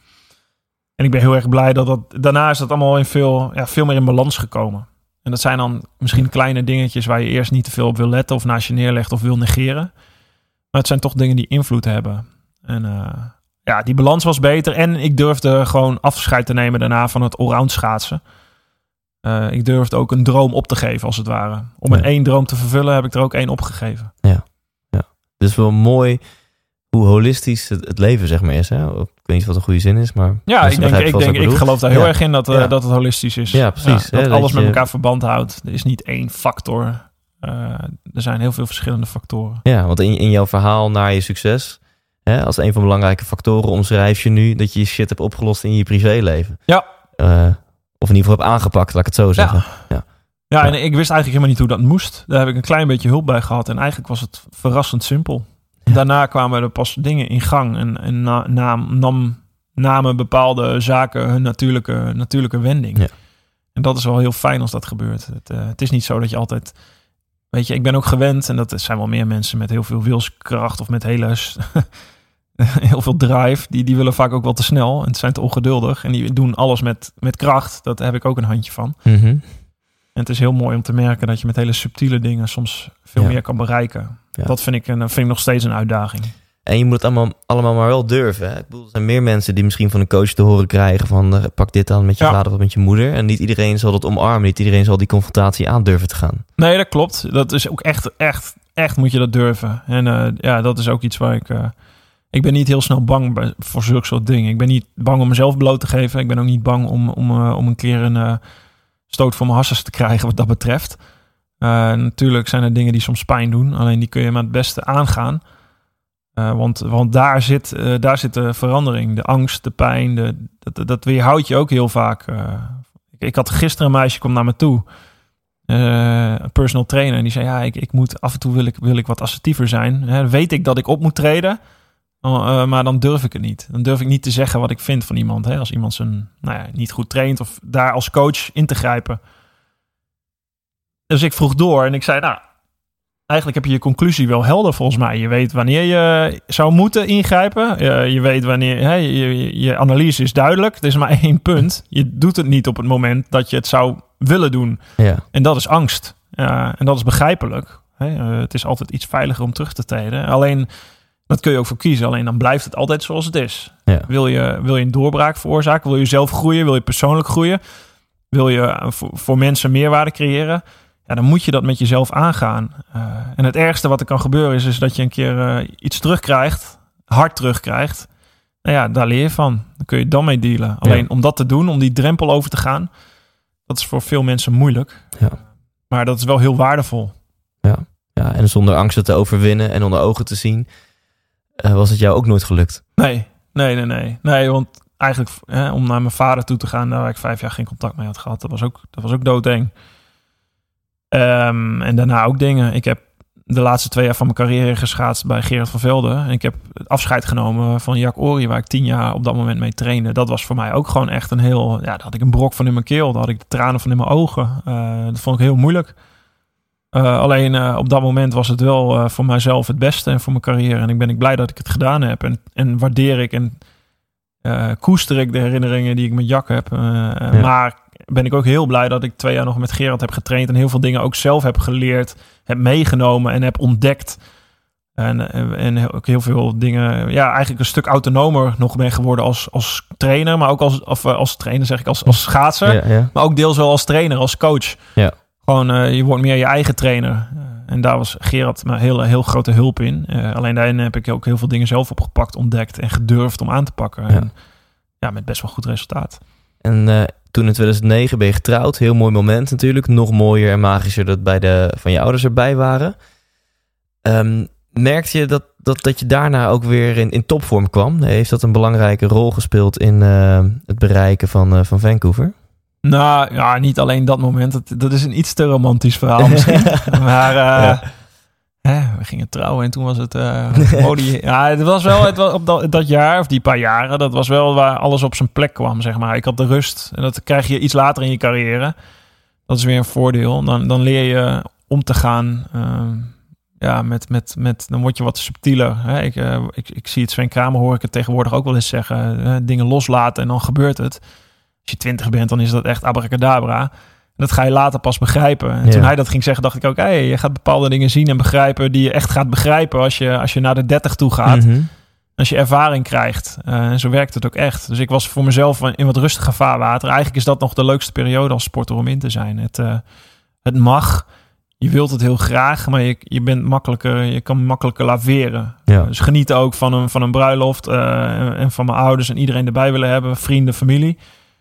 en ik ben heel erg blij dat dat... Daarna is dat allemaal in veel, ja, veel meer in balans gekomen. En dat zijn dan misschien kleine dingetjes waar je eerst niet te veel op wil letten of naast je neerlegt of wil negeren. Maar het zijn toch dingen die invloed hebben. En uh, ja, die balans was beter. En ik durfde gewoon afscheid te nemen daarna van het allround schaatsen. Uh, ik durfde ook een droom op te geven, als het ware. Om Ja. een één droom te vervullen, heb ik er ook één opgegeven. Dus wel mooi hoe holistisch het, het leven zeg maar is. Hè? Ik weet niet wat een goede zin is, maar... Ja, dus ik, denk, begrijp ik, vast denk, wat ik bedoel. geloof daar heel Ja. erg in dat, uh, Ja. dat het holistisch is. Ja, precies. Ja, Hè, dat dat alles met je- elkaar verband houdt. Er is niet één factor. Uh, er zijn heel veel verschillende factoren. Ja, want in, in jouw verhaal naar je succes... Hè, als een van de belangrijke factoren omschrijf je nu... dat je je shit hebt opgelost in je privéleven. Ja. Uh, of in ieder geval hebt aangepakt, laat ik het zo zeggen. Ja. Ja, en ik wist eigenlijk helemaal niet hoe dat moest. Daar heb ik een klein beetje hulp bij gehad. En eigenlijk was het verrassend simpel. Ja. Daarna kwamen er pas dingen in gang. En, en na, naam, nam, namen bepaalde zaken hun natuurlijke, natuurlijke wending. Ja. En dat is wel heel fijn als dat gebeurt. Het, uh, het is niet zo dat je altijd... Weet je, ik ben ook gewend... en dat zijn wel meer mensen met heel veel wilskracht... of met hele... heel veel drive. Die, die willen vaak ook wel te snel. En zijn te ongeduldig. En die doen alles met, met kracht. Dat heb ik ook een handje van. Mm-hmm. En het is heel mooi om te merken dat je met hele subtiele dingen soms veel Ja. meer kan bereiken. Ja. Dat vind ik, een, vind ik nog steeds een uitdaging. En je moet het allemaal, allemaal maar wel durven. Hè? Ik bedoel, er zijn meer mensen die misschien van een coach te horen krijgen... van uh, pak dit dan met je Ja. vader of met je moeder. En niet iedereen zal dat omarmen. Niet iedereen zal die confrontatie aandurven te gaan. Nee, dat klopt. Dat is ook echt, echt, echt moet je dat durven. En uh, ja, dat is ook iets waar ik... Uh, ik ben niet heel snel bang bij, voor zulke soort dingen. Ik ben niet bang om mezelf bloot te geven. Ik ben ook niet bang om, om, uh, om een keer een uh, stoot voor mijn harsens te krijgen wat dat betreft. Uh, natuurlijk zijn er dingen die soms pijn doen. Alleen die kun je maar het beste aangaan. Uh, want want daar, zit, uh, daar zit de verandering. De angst, de pijn. De, dat, dat weerhoudt je ook heel vaak. Uh, ik, ik had gisteren een meisje, komt naar me toe. Uh, een personal trainer. En die zei, ja, ik, ik moet af en toe wil ik, wil ik wat assertiever zijn. Hè, weet ik dat ik op moet treden. Uh, maar dan durf ik het niet. Dan durf ik niet te zeggen wat ik vind van iemand. Hè? Als iemand zijn, nou ja, niet goed traint of daar als coach in te grijpen. Dus ik vroeg door en ik zei, nou, eigenlijk heb je je conclusie wel helder volgens mij. Je weet wanneer je zou moeten ingrijpen. Uh, je weet wanneer, hè, je, je, je analyse is duidelijk. Er is maar één punt. Je doet het niet op het moment dat je het zou willen doen. Ja. En dat is angst. Uh, en dat is begrijpelijk. Hè? Uh, het is altijd iets veiliger om terug te treden. Alleen... Dat kun je ook voor kiezen. Alleen dan blijft het altijd zoals het is. Ja. Wil je, wil je een doorbraak veroorzaken? Wil je zelf groeien? Wil je persoonlijk groeien? Wil je voor, voor mensen meerwaarde creëren? Ja, dan moet je dat met jezelf aangaan. Uh, en het ergste wat er kan gebeuren is, is dat je een keer uh, iets terugkrijgt. Hard terugkrijgt. Nou ja, daar leer je van. Dan kun je dan mee dealen. Alleen Ja. om dat te doen, om die drempel over te gaan... dat is voor veel mensen moeilijk. Ja. Maar dat is wel heel waardevol. Ja. Ja, en zonder angsten te overwinnen en onder ogen te zien... Uh, was het jou ook nooit gelukt? Nee, nee, nee, nee. Nee, want eigenlijk hè, om naar mijn vader toe te gaan... waar ik vijf jaar geen contact mee had gehad... dat was ook, dat was ook doodeng. Um, en daarna ook dingen. Ik heb de laatste twee jaar van mijn carrière geschaatst... bij Gerard van Velde. En ik heb het afscheid genomen van Jack Orie... waar ik tien jaar op dat moment mee trainde. Dat was voor mij ook gewoon echt een heel... Ja, daar had ik een brok van in mijn keel. Daar had ik de tranen van in mijn ogen. Uh, dat vond ik heel moeilijk. Uh, alleen uh, op dat moment was het wel uh, voor mijzelf het beste en voor mijn carrière. En ik ben ik blij dat ik het gedaan heb. En, en waardeer ik en uh, koester ik de herinneringen die ik met Jack heb. Uh, ja. Maar ben ik ook heel blij dat ik twee jaar nog met Gerard heb getraind. En heel veel dingen ook zelf heb geleerd, heb meegenomen en heb ontdekt. En, en ook heel veel dingen, ja, eigenlijk een stuk autonomer nog ben geworden als, als trainer, maar ook als, of als trainer zeg ik, als, als schaatser. Ja, ja. Maar ook deels wel als trainer, als coach. Ja. Gewoon, uh, je wordt meer je eigen trainer. Uh, en daar was Gerard me heel, heel grote hulp in. Uh, alleen daarin heb ik ook heel veel dingen zelf opgepakt, ontdekt en gedurfd om aan te pakken. Ja. En ja, met best wel goed resultaat. En uh, toen in tweeduizend negen ben je getrouwd. Heel mooi moment natuurlijk. Nog mooier en magischer dat beide van je ouders erbij waren. Um, merkte je dat, dat, dat je daarna ook weer in, in topvorm kwam? Heeft dat een belangrijke rol gespeeld in uh, het bereiken van, uh, van Vancouver? Nou, ja, niet alleen dat moment. Dat, dat is een iets te romantisch verhaal misschien. maar uh, ja. hè, we gingen trouwen en toen was het... Uh, modi- ja, het was wel het was op dat, dat jaar, of die paar jaren... dat was wel waar alles op zijn plek kwam, zeg maar. Ik had de rust. En dat krijg je iets later in je carrière. Dat is weer een voordeel. Dan, dan leer je om te gaan... Uh, Ja, met, met, met, dan word je wat subtieler. Hè? Ik, uh, ik, ik zie het Sven Kramer, hoor ik het tegenwoordig ook wel eens zeggen. Uh, dingen loslaten en dan gebeurt het. Als je twintig bent, dan is dat echt abracadabra. En dat ga je later pas begrijpen. En ja. toen hij dat ging zeggen, dacht ik ook... Hey, je gaat bepaalde dingen zien en begrijpen... die je echt gaat begrijpen als je, als je naar de dertig toe gaat. Mm-hmm. Als je ervaring krijgt. Uh, en zo werkt het ook echt. Dus ik was voor mezelf in wat rustiger vaarwater. Eigenlijk is dat nog de leukste periode als sporter om in te zijn. Het, uh, het mag... Je wilt het heel graag, maar je, je bent makkelijker, je kan makkelijker laveren. Ja. Dus geniet ook van een, van een bruiloft uh, en van mijn ouders en iedereen erbij willen hebben, vrienden, familie.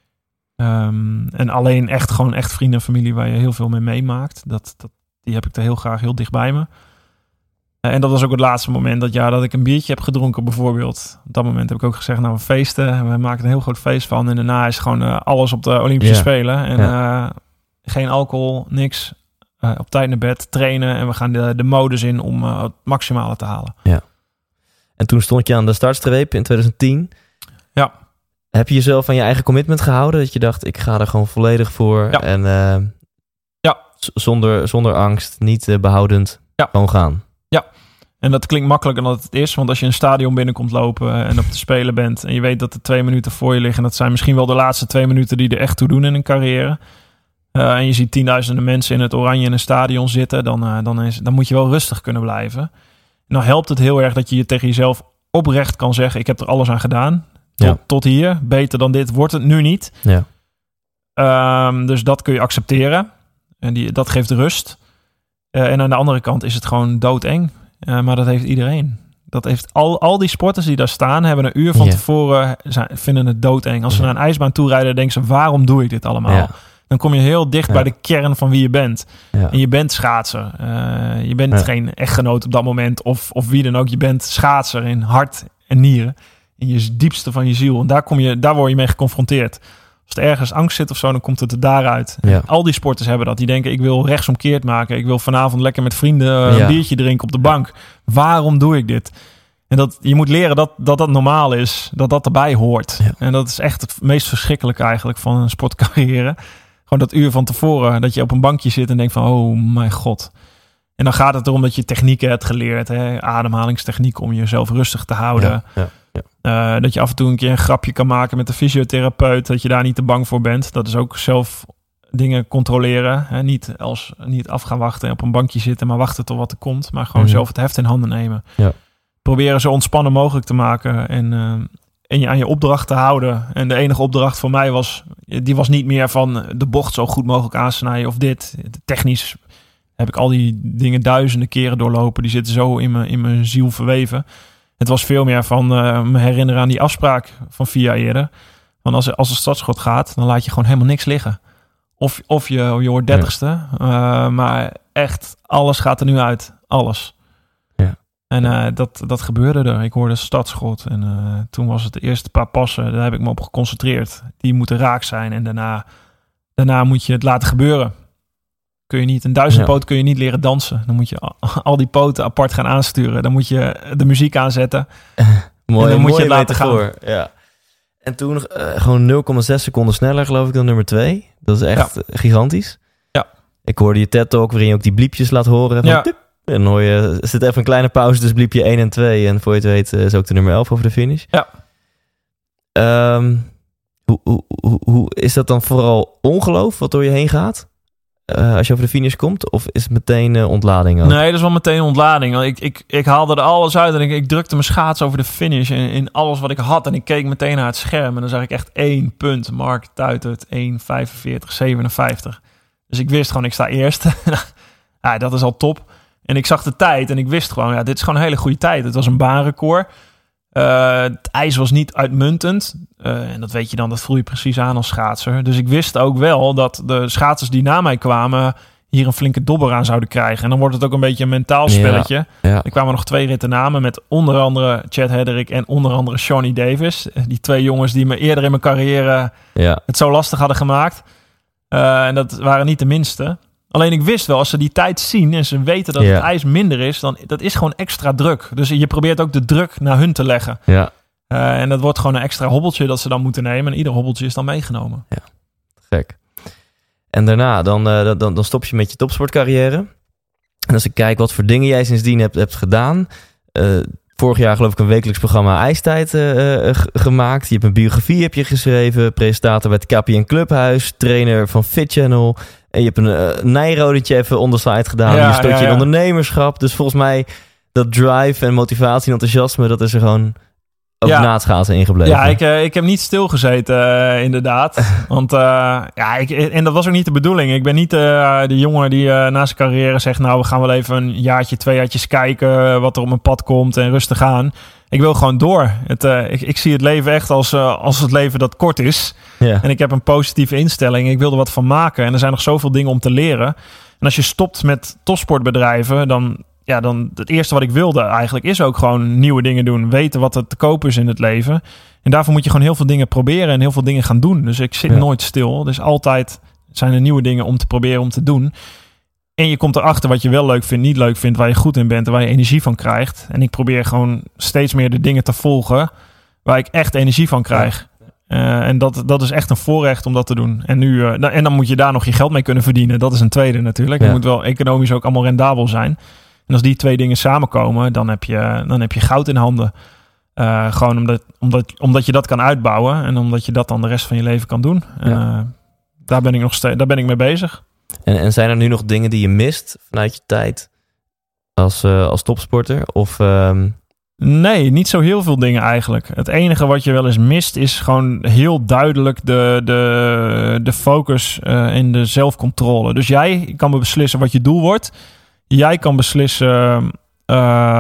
Um, en alleen echt gewoon echt vrienden en familie waar je heel veel mee meemaakt. Dat, dat, die heb ik er heel graag heel dicht bij me. Uh, en dat was ook het laatste moment dat jaar dat ik een biertje heb gedronken bijvoorbeeld. Op dat moment heb ik ook gezegd, nou we feesten. We maken een heel groot feest van. En daarna is gewoon uh, alles op de Olympische ja. Spelen. En ja. uh, geen alcohol, niks. Uh, op tijd naar bed, trainen en we gaan de, de modus in om uh, het maximale te halen. Ja. En toen stond je aan de startstreep in twintig tien. Ja. Heb je jezelf aan je eigen commitment gehouden? Dat je dacht, ik ga er gewoon volledig voor. Ja. En uh, ja. z- zonder, zonder angst, niet uh, behoudend, ja. gewoon gaan. Ja. En dat klinkt makkelijker dan het is. Want als je een stadion binnenkomt lopen en op te spelen bent... en je weet dat er twee minuten voor je liggen... en dat zijn misschien wel de laatste twee minuten die er echt toe doen in een carrière... Uh, en je ziet tienduizenden mensen in het oranje in een stadion zitten... Dan, uh, dan, is, dan moet je wel rustig kunnen blijven. En dan helpt het heel erg dat je je tegen jezelf oprecht kan zeggen... ik heb er alles aan gedaan. Tot, ja. tot hier. Beter dan dit wordt het nu niet. Ja. Um, dus dat kun je accepteren. En die, dat geeft rust. Uh, en aan de andere kant is het gewoon doodeng. Uh, maar dat heeft iedereen. Dat heeft al, al die sporters die daar staan... hebben een uur van ja. tevoren... Zijn, vinden het doodeng. Als ze ja. naar een ijsbaan toe rijden... denken ze, waarom doe ik dit allemaal? Ja. Dan kom je heel dicht ja. bij de kern van wie je bent. Ja. En je bent schaatser. Uh, je bent ja. geen echtgenoot op dat moment. Of, of wie dan ook. Je bent schaatser in hart en nieren. In je diepste van je ziel. En daar, kom je, daar word je mee geconfronteerd. Als er ergens angst zit of zo, dan komt het er daaruit. Ja. Al die sporters hebben dat. Die denken, ik wil rechtsomkeerd maken. Ik wil vanavond lekker met vrienden een ja. biertje drinken op de bank. Waarom doe ik dit? En dat, je moet leren dat, dat dat normaal is. Dat dat erbij hoort. Ja. En dat is echt het meest verschrikkelijke eigenlijk van een sportcarrière. Gewoon dat uur van tevoren, dat je op een bankje zit en denkt van, oh mijn god. En dan gaat het erom dat je technieken hebt geleerd. Hè? Ademhalingstechnieken om jezelf rustig te houden. Ja, ja, ja. Uh, dat je af en toe een keer een grapje kan maken met de fysiotherapeut. Dat je daar niet te bang voor bent. Dat is ook zelf dingen controleren. Hè? Niet, als, niet af gaan wachten en op een bankje zitten, maar wachten tot wat er komt. Maar gewoon mm-hmm. zelf het heft in handen nemen. Ja. Proberen zo ontspannen mogelijk te maken. En... Uh, En je aan je opdracht te houden. En de enige opdracht voor mij was... Die was niet meer van de bocht zo goed mogelijk aansnijden of dit. Technisch heb ik al die dingen duizenden keren doorlopen. Die zitten zo in mijn, in mijn ziel verweven. Het was veel meer van uh, me herinneren aan die afspraak van vier jaar eerder. Want als, als het startschot gaat, dan laat je gewoon helemaal niks liggen. Of, of je, je wordt dertigste. Ja. Uh, maar echt, alles gaat er nu uit. Alles. En uh, dat, dat gebeurde er. Ik hoorde startschot. En uh, toen was het de eerste paar passen. Daar heb ik me op geconcentreerd. Die moeten raak zijn. En daarna, daarna moet je het laten gebeuren. Kun je niet, een duizendpoot ja. kun je niet leren dansen. Dan moet je al, al die poten apart gaan aansturen. Dan moet je de muziek aanzetten. Mooi, en dan moet mooi je het laten gaan. Ja. En toen uh, gewoon nul komma zes seconden sneller, geloof ik, dan nummer twee. Dat is echt ja. gigantisch. Ja. Ik hoorde je TED-talk waarin je ook die bliepjes laat horen. Van ja. Tip. En dan hoor je, er zit even een kleine pauze, dus bliep je één en twee. En voor je het weet is ook de nummer elf over de finish. Ja. Um, hoe, hoe, hoe, hoe is dat dan vooral ongeloof wat door je heen gaat? uh, als je over de finish komt? Of is het meteen uh, ontlading ook? Nee, dat is wel meteen ontlading. Ik, ik, ik haalde er alles uit en ik, ik drukte mijn schaats over de finish in, in alles wat ik had. En ik keek meteen naar het scherm en dan zag ik echt één punt. Mark Tuitert, één vijfenveertig zevenenvijftig. Dus ik wist gewoon, ik sta eerst. Ja, dat is al top. En ik zag de tijd en ik wist gewoon, ja, dit is gewoon een hele goede tijd. Het was een baanrecord. Uh, het ijs was niet uitmuntend. Uh, en dat weet je dan, dat voel je precies aan als schaatser. Dus ik wist ook wel dat de schaatsers die na mij kwamen hier een flinke dobber aan zouden krijgen. En dan wordt het ook een beetje een mentaal spelletje. Ja, ja. Er kwamen nog twee ritten namen met onder andere Chad Hedrick en onder andere Shawnee Davis. Die twee jongens die me eerder in mijn carrière ja. het zo lastig hadden gemaakt. Uh, en dat waren niet de minste. Alleen ik wist wel, als ze die tijd zien en ze weten dat ja. het ijs minder is, dan dat is gewoon extra druk. Dus je probeert ook de druk naar hun te leggen. Ja. Uh, en dat wordt gewoon een extra hobbeltje dat ze dan moeten nemen. En ieder hobbeltje is dan meegenomen. Ja, gek. En daarna, dan, uh, dan, dan stop je met je topsportcarrière. En als ik kijk wat voor dingen jij sindsdien hebt, hebt gedaan. Uh, vorig jaar geloof ik een wekelijks programma IJstijd uh, uh, g- gemaakt. Je hebt een biografie heb je geschreven. Presentator bij het K P N Clubhuis. Trainer van Fit Channel. En je hebt een uh, Nijrodetje even on the side gedaan. Ja, je stort ja, je in ja. ondernemerschap. Dus volgens mij dat drive en motivatie en enthousiasme, dat is er gewoon ook Ja. na het schaatsen ingebleven. Ja, ik, uh, ik heb niet stilgezeten, uh, inderdaad. Want uh, ja, ik, en dat was ook niet de bedoeling. Ik ben niet uh, de jongen die uh, na zijn carrière zegt, nou, we gaan wel even een jaartje, twee jaartjes kijken wat er op mijn pad komt en rustig aan. Ik wil gewoon door. Het, uh, ik, ik zie het leven echt als, uh, als het leven dat kort is. Ja. En ik heb een positieve instelling. Ik wil er wat van maken. En er zijn nog zoveel dingen om te leren. En als je stopt met topsportbedrijven, dan, ja, dan het eerste wat ik wilde eigenlijk is ook gewoon nieuwe dingen doen. Weten wat er te koop is in het leven. En daarvoor moet je gewoon heel veel dingen proberen en heel veel dingen gaan doen. Dus ik zit Ja. nooit stil. Dus altijd zijn er nieuwe dingen om te proberen om te doen. En je komt erachter wat je wel leuk vindt, niet leuk vindt, waar je goed in bent en waar je energie van krijgt. En ik probeer gewoon steeds meer de dingen te volgen waar ik echt energie van krijg. Uh, en dat, dat is echt een voorrecht om dat te doen. En, nu, uh, en dan moet je daar nog je geld mee kunnen verdienen. Dat is een tweede natuurlijk. Ja. Het moet wel economisch ook allemaal rendabel zijn. En als die twee dingen samenkomen, dan heb je, dan heb je goud in handen. Uh, gewoon omdat, omdat, omdat je dat kan uitbouwen en omdat je dat dan de rest van je leven kan doen. En, Ja. uh, daar ben ik nog steeds, daar ben ik mee bezig. En, en zijn er nu nog dingen die je mist vanuit je tijd als, uh, als topsporter? Of, um... Nee, niet zo heel veel dingen eigenlijk. Het enige wat je wel eens mist is gewoon heel duidelijk de, de, de focus uh, en de zelfcontrole. Dus jij kan beslissen wat je doel wordt. Jij kan beslissen uh,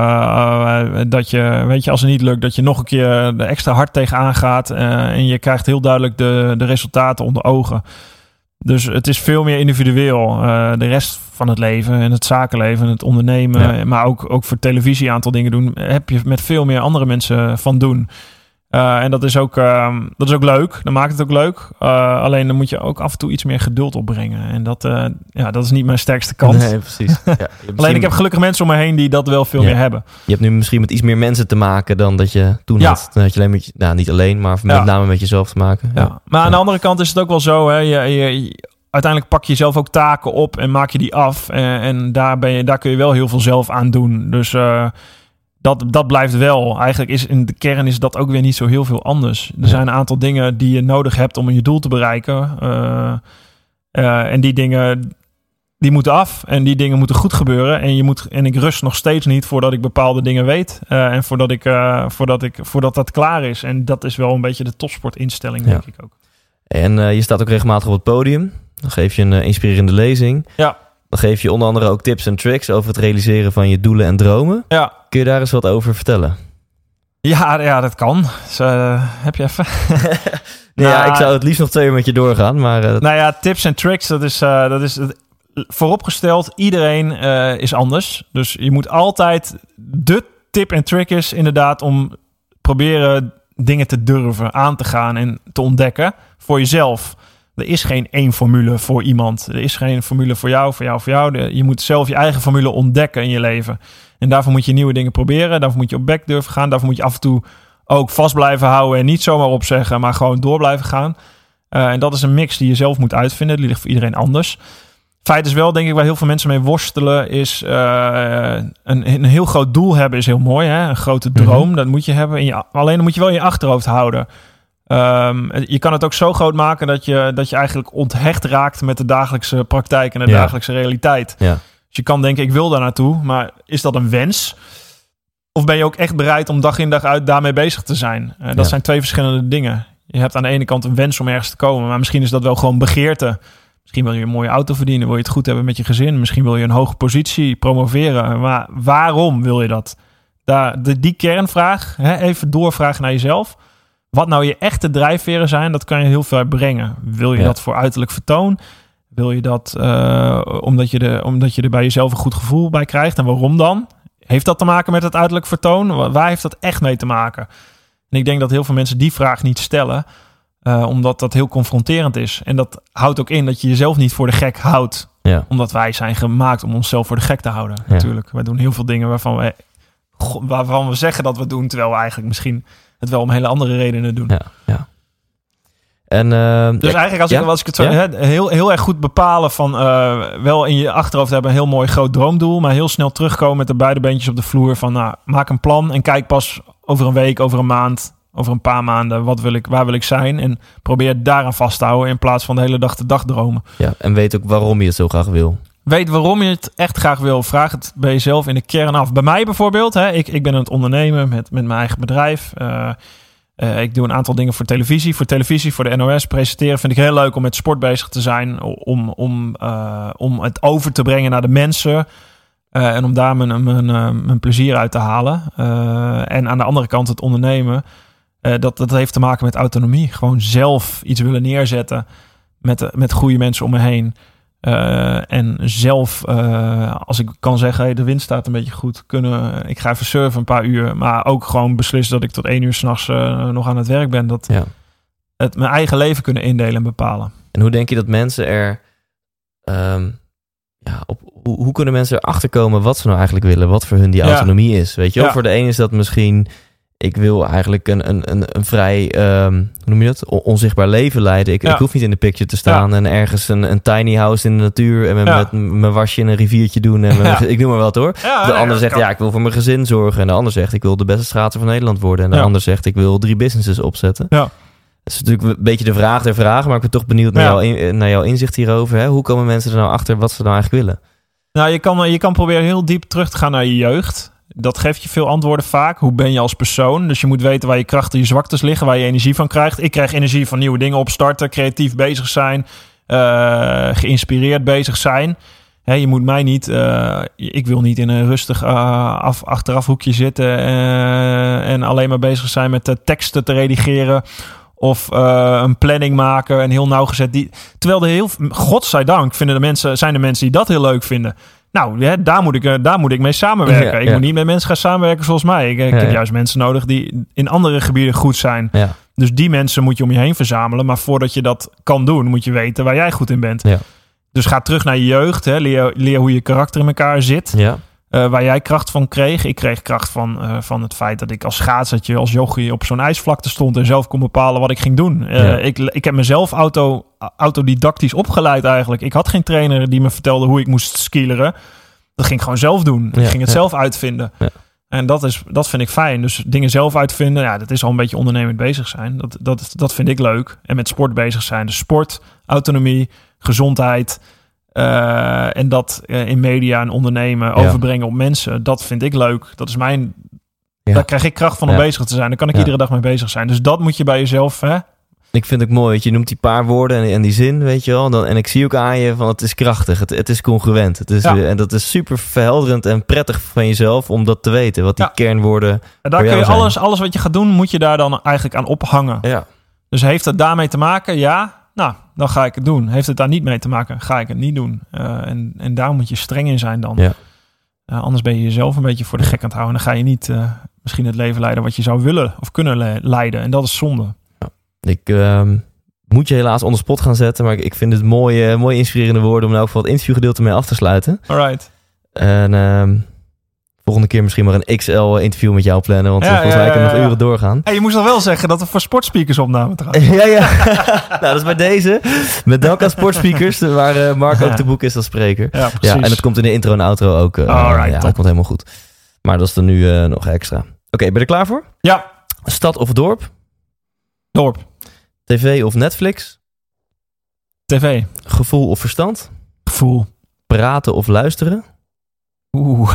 uh, dat je, weet je, als het niet lukt, dat je nog een keer er extra hard tegenaan gaat. Uh, en je krijgt heel duidelijk de, de resultaten onder ogen. Dus het is veel meer individueel. Uh, de rest van het leven en het zakenleven en het ondernemen, Ja. maar ook, ook voor televisie een aantal dingen doen, heb je met veel meer andere mensen van doen. Uh, en dat is, ook, uh, dat is ook leuk. Dan maakt het ook leuk. Uh, alleen dan moet je ook af en toe iets meer geduld opbrengen. En dat, uh, ja, dat is niet mijn sterkste kant. Nee, precies. Ja, je hebt Alleen misschien- ik heb gelukkig mensen om me heen die dat wel veel Ja. meer hebben. Je hebt nu misschien met iets meer mensen te maken dan dat je toen Ja. had. Dan had je alleen met je, nou, niet alleen, maar met Ja. name met jezelf te maken. Ja. Maar aan Ja. de andere kant is het ook wel zo. Hè, je, je, je- uiteindelijk pak je zelf ook taken op en maak je die af. En, en daar, ben je, daar kun je wel heel veel zelf aan doen. Dus uh, dat, dat blijft wel. Eigenlijk is in de kern is dat ook weer niet zo heel veel anders. Er Ja. zijn een aantal dingen die je nodig hebt om je doel te bereiken. Uh, uh, en die dingen die moeten af. En die dingen moeten goed gebeuren. En, je moet, en ik rust nog steeds niet voordat ik bepaalde dingen weet. Uh, en voordat, ik, uh, voordat, ik, voordat dat klaar is. En dat is wel een beetje de topsportinstelling, Ja. denk ik ook. En uh, je staat ook regelmatig op het podium. Dan geef je een uh, inspirerende lezing. Ja. Dan geef je onder andere ook tips en tricks over het realiseren van je doelen en dromen. Ja. Kun je daar eens wat over vertellen? Ja, ja, dat kan. Dus, uh, heb je even? Nee, ja, Nou, ik zou het liefst nog twee uur met je doorgaan. Maar uh, dat- Nou ja, tips en tricks, dat is, uh, dat is het, vooropgesteld. Iedereen uh, is anders. Dus je moet altijd... De tip en trick is inderdaad om proberen dingen te durven, aan te gaan en te ontdekken voor jezelf. Er is geen één formule voor iemand. Er is geen formule voor jou, voor jou, voor jou. De, je moet zelf je eigen formule ontdekken in je leven. En daarvoor moet je nieuwe dingen proberen. Daarvoor moet je op bek durven gaan. Daarvoor moet je af en toe ook vast blijven houden en niet zomaar opzeggen, maar gewoon door blijven gaan. Uh, en dat is een mix die je zelf moet uitvinden. Die ligt voor iedereen anders. Feit is wel, denk ik, waar heel veel mensen mee worstelen, is uh, een, een heel groot doel hebben is heel mooi. Hè? Een grote droom, Mm-hmm. dat moet je hebben. In je, alleen dan moet je wel in je achterhoofd houden. Um, je kan het ook zo groot maken dat je, dat je eigenlijk onthecht raakt met de dagelijkse praktijk en de Ja. dagelijkse realiteit. Ja. Dus je kan denken, ik wil daar naartoe, maar is dat een wens? Of ben je ook echt bereid om dag in dag uit daarmee bezig te zijn? Uh, dat Ja. zijn twee verschillende dingen. Je hebt aan de ene kant een wens om ergens te komen, maar misschien is dat wel gewoon begeerte. Misschien wil je een mooie auto verdienen, wil je het goed hebben met je gezin. Misschien wil je een hoge positie promoveren. Maar waarom wil je dat? Daar, de, die kernvraag, hè, even doorvragen naar jezelf. Wat nou je echte drijfveren zijn, dat kan je heel ver brengen. Wil je Ja. dat voor uiterlijk vertoon? Wil je dat uh, omdat, je de, omdat je er bij jezelf een goed gevoel bij krijgt? En waarom dan? Heeft dat te maken met het uiterlijk vertoon? Waar heeft dat echt mee te maken? En ik denk dat heel veel mensen die vraag niet stellen, uh, omdat dat heel confronterend is. En dat houdt ook in dat je jezelf niet voor de gek houdt. Ja. Omdat wij zijn gemaakt om onszelf voor de gek te houden. Ja. Natuurlijk. Wij doen heel veel dingen waarvan we, waarvan we zeggen dat we doen, terwijl we eigenlijk misschien het wel om hele andere redenen doen. Ja, ja. En, uh, Dus eigenlijk als, ja? ik, als ik het zo Ja? hè, heel, heel erg goed bepalen van uh, wel in je achterhoofd hebben een heel mooi groot droomdoel, maar heel snel terugkomen met de beide beentjes op de vloer van nou, maak een plan en kijk pas over een week, over een maand, over een paar maanden, wat wil ik, waar wil ik zijn en probeer daaraan vast te houden in plaats van de hele dag de dag dromen. Ja, en weet ook waarom je het zo graag wil. Weet waarom je het echt graag wil. Vraag het bij jezelf in de kern af. Bij mij bijvoorbeeld, hè, ik, ik ben aan het ondernemen met, met mijn eigen bedrijf. Uh, Uh, ik doe een aantal dingen voor televisie. Voor televisie, voor de N O S presenteren vind ik heel leuk om met sport bezig te zijn. Om, om, uh, om het over te brengen naar de mensen. Uh, en om daar mijn, mijn, uh, mijn plezier uit te halen. Uh, en aan de andere kant het ondernemen. Uh, dat, dat heeft te maken met autonomie. Gewoon zelf iets willen neerzetten. Met, met goede mensen om me heen. Uh, en zelf, uh, als ik kan zeggen, hey, de wind staat een beetje goed, kunnen, ik ga even surfen een paar uur, maar ook gewoon beslissen dat ik tot één uur 's nachts uh, nog aan het werk ben. Dat Ja. het mijn eigen leven kunnen indelen en bepalen. En hoe denk je dat mensen er... Um, ja, op, hoe, hoe kunnen mensen erachter komen wat ze nou eigenlijk willen? Wat voor hun die Ja. autonomie is? Weet je wel? Ja. Voor de een is dat misschien... Ik wil eigenlijk een, een, een, een vrij, um, hoe noem je dat? On- onzichtbaar leven leiden. Ik, Ja. ik hoef niet in de picture te staan Ja. en ergens een, een tiny house in de natuur en met, Ja. met mijn wasje in een riviertje doen. En mijn, Ja. Ik noem maar wat hoor. Ja, De ja, ander zegt, kan. ja, ik wil voor mijn gezin zorgen. En de ander zegt, ik wil de beste schaatser van Nederland worden. En de Ja. ander zegt, ik wil drie businesses opzetten. Ja. Dat is natuurlijk een beetje de vraag der vragen, maar ik ben toch benieuwd naar, Ja. jouw, in, naar jouw inzicht hierover. Hè? Hoe komen mensen er nou achter wat ze nou eigenlijk willen? Nou, je kan, je kan proberen heel diep terug te gaan naar je jeugd. Dat geeft je veel antwoorden vaak. Hoe ben je als persoon? Dus je moet weten waar je krachten en je zwaktes liggen, waar je energie van krijgt. Ik krijg energie van nieuwe dingen opstarten, creatief bezig zijn, uh, geïnspireerd bezig zijn. Hè, je moet mij niet, uh, ik wil niet in een rustig uh, af, achteraf hoekje zitten uh, en alleen maar bezig zijn met de teksten te redigeren of uh, een planning maken en heel nauwgezet. Die, terwijl de heel, godzijdank vinden de mensen, zijn er mensen die dat heel leuk vinden. Nou, ja, daar, moet ik, daar moet ik mee samenwerken. Ja, ik ja. moet niet met mensen gaan samenwerken zoals mij. Ik, ik Ja, heb ja. juist mensen nodig die in andere gebieden goed zijn. Ja. Dus die mensen moet je om je heen verzamelen. Maar voordat je dat kan doen, moet je weten waar jij goed in bent. Ja. Dus ga terug naar je jeugd. Hè. Leer, leer hoe je karakter in elkaar zit. Ja. Uh, waar jij kracht van kreeg. Ik kreeg kracht van, uh, van het feit dat ik als schaatsertje, als jochie op zo'n ijsvlakte stond en zelf kon bepalen wat ik ging doen. Uh, Ja. ik, ik heb mezelf auto, autodidactisch opgeleid eigenlijk. Ik had geen trainer die me vertelde hoe ik moest skileren. Dat ging ik gewoon zelf doen. Ja, ik ging het ja. zelf uitvinden. Ja. En dat, is, dat vind ik fijn. Dus dingen zelf uitvinden, ja, dat is al een beetje ondernemend bezig zijn. Dat, dat, dat vind ik leuk. En met sport bezig zijn. Dus sport, autonomie, gezondheid. Uh, en dat uh, in media en ondernemen Ja. overbrengen op mensen. Dat vind ik leuk. Dat is mijn... Ja. Daar krijg ik kracht van om Ja. bezig te zijn. Daar kan ik Ja. iedere dag mee bezig zijn. Dus dat moet je bij jezelf... Hè? Ik vind het ook mooi, weet je, je noemt die paar woorden en, en die zin, weet je wel. Dan, en ik zie ook aan je van het is krachtig, het, het is congruent. Het is, Ja. En dat is super verhelderend en prettig van jezelf om dat te weten. Wat die Ja. kernwoorden En daar voor kun jou je zijn. alles, alles wat je gaat doen, moet je daar dan eigenlijk aan ophangen. Ja. Dus heeft het daarmee te maken? Ja. Nou, dan ga ik het doen. Heeft het daar niet mee te maken? Ga ik het niet doen. Uh, en, en daar moet je streng in zijn dan. Ja. Uh, anders ben je jezelf een beetje voor de gek aan het houden. En dan ga je niet uh, misschien het leven leiden wat je zou willen of kunnen le- leiden. En dat is zonde. Ik um, moet je helaas on the spot gaan zetten, maar ik, ik vind het mooie, mooie inspirerende woorden om nou ook voor het interviewgedeelte mee af te sluiten. Alright. En um, volgende keer misschien maar een X L-interview met jou plannen, want Ja, ja, volgens mij ja, kunnen ja, nog ja. uren doorgaan. Hey, je moest nog wel zeggen dat we voor sportspeakers opnamen trouwens. ja, ja. Nou, dat is bij deze. Met dank aan Sportspeakers, waar uh, Mark ook te boek is als spreker. Ja, precies. Ja, en het komt in de intro en outro ook. Uh, Alright, ja, top. dat komt helemaal goed. Maar dat is er nu uh, nog extra. Oké, okay, ben je er klaar voor? Ja, Stad of dorp? dorp. tv of Netflix? tv. Gevoel of verstand? Gevoel. Praten of luisteren? Oeh.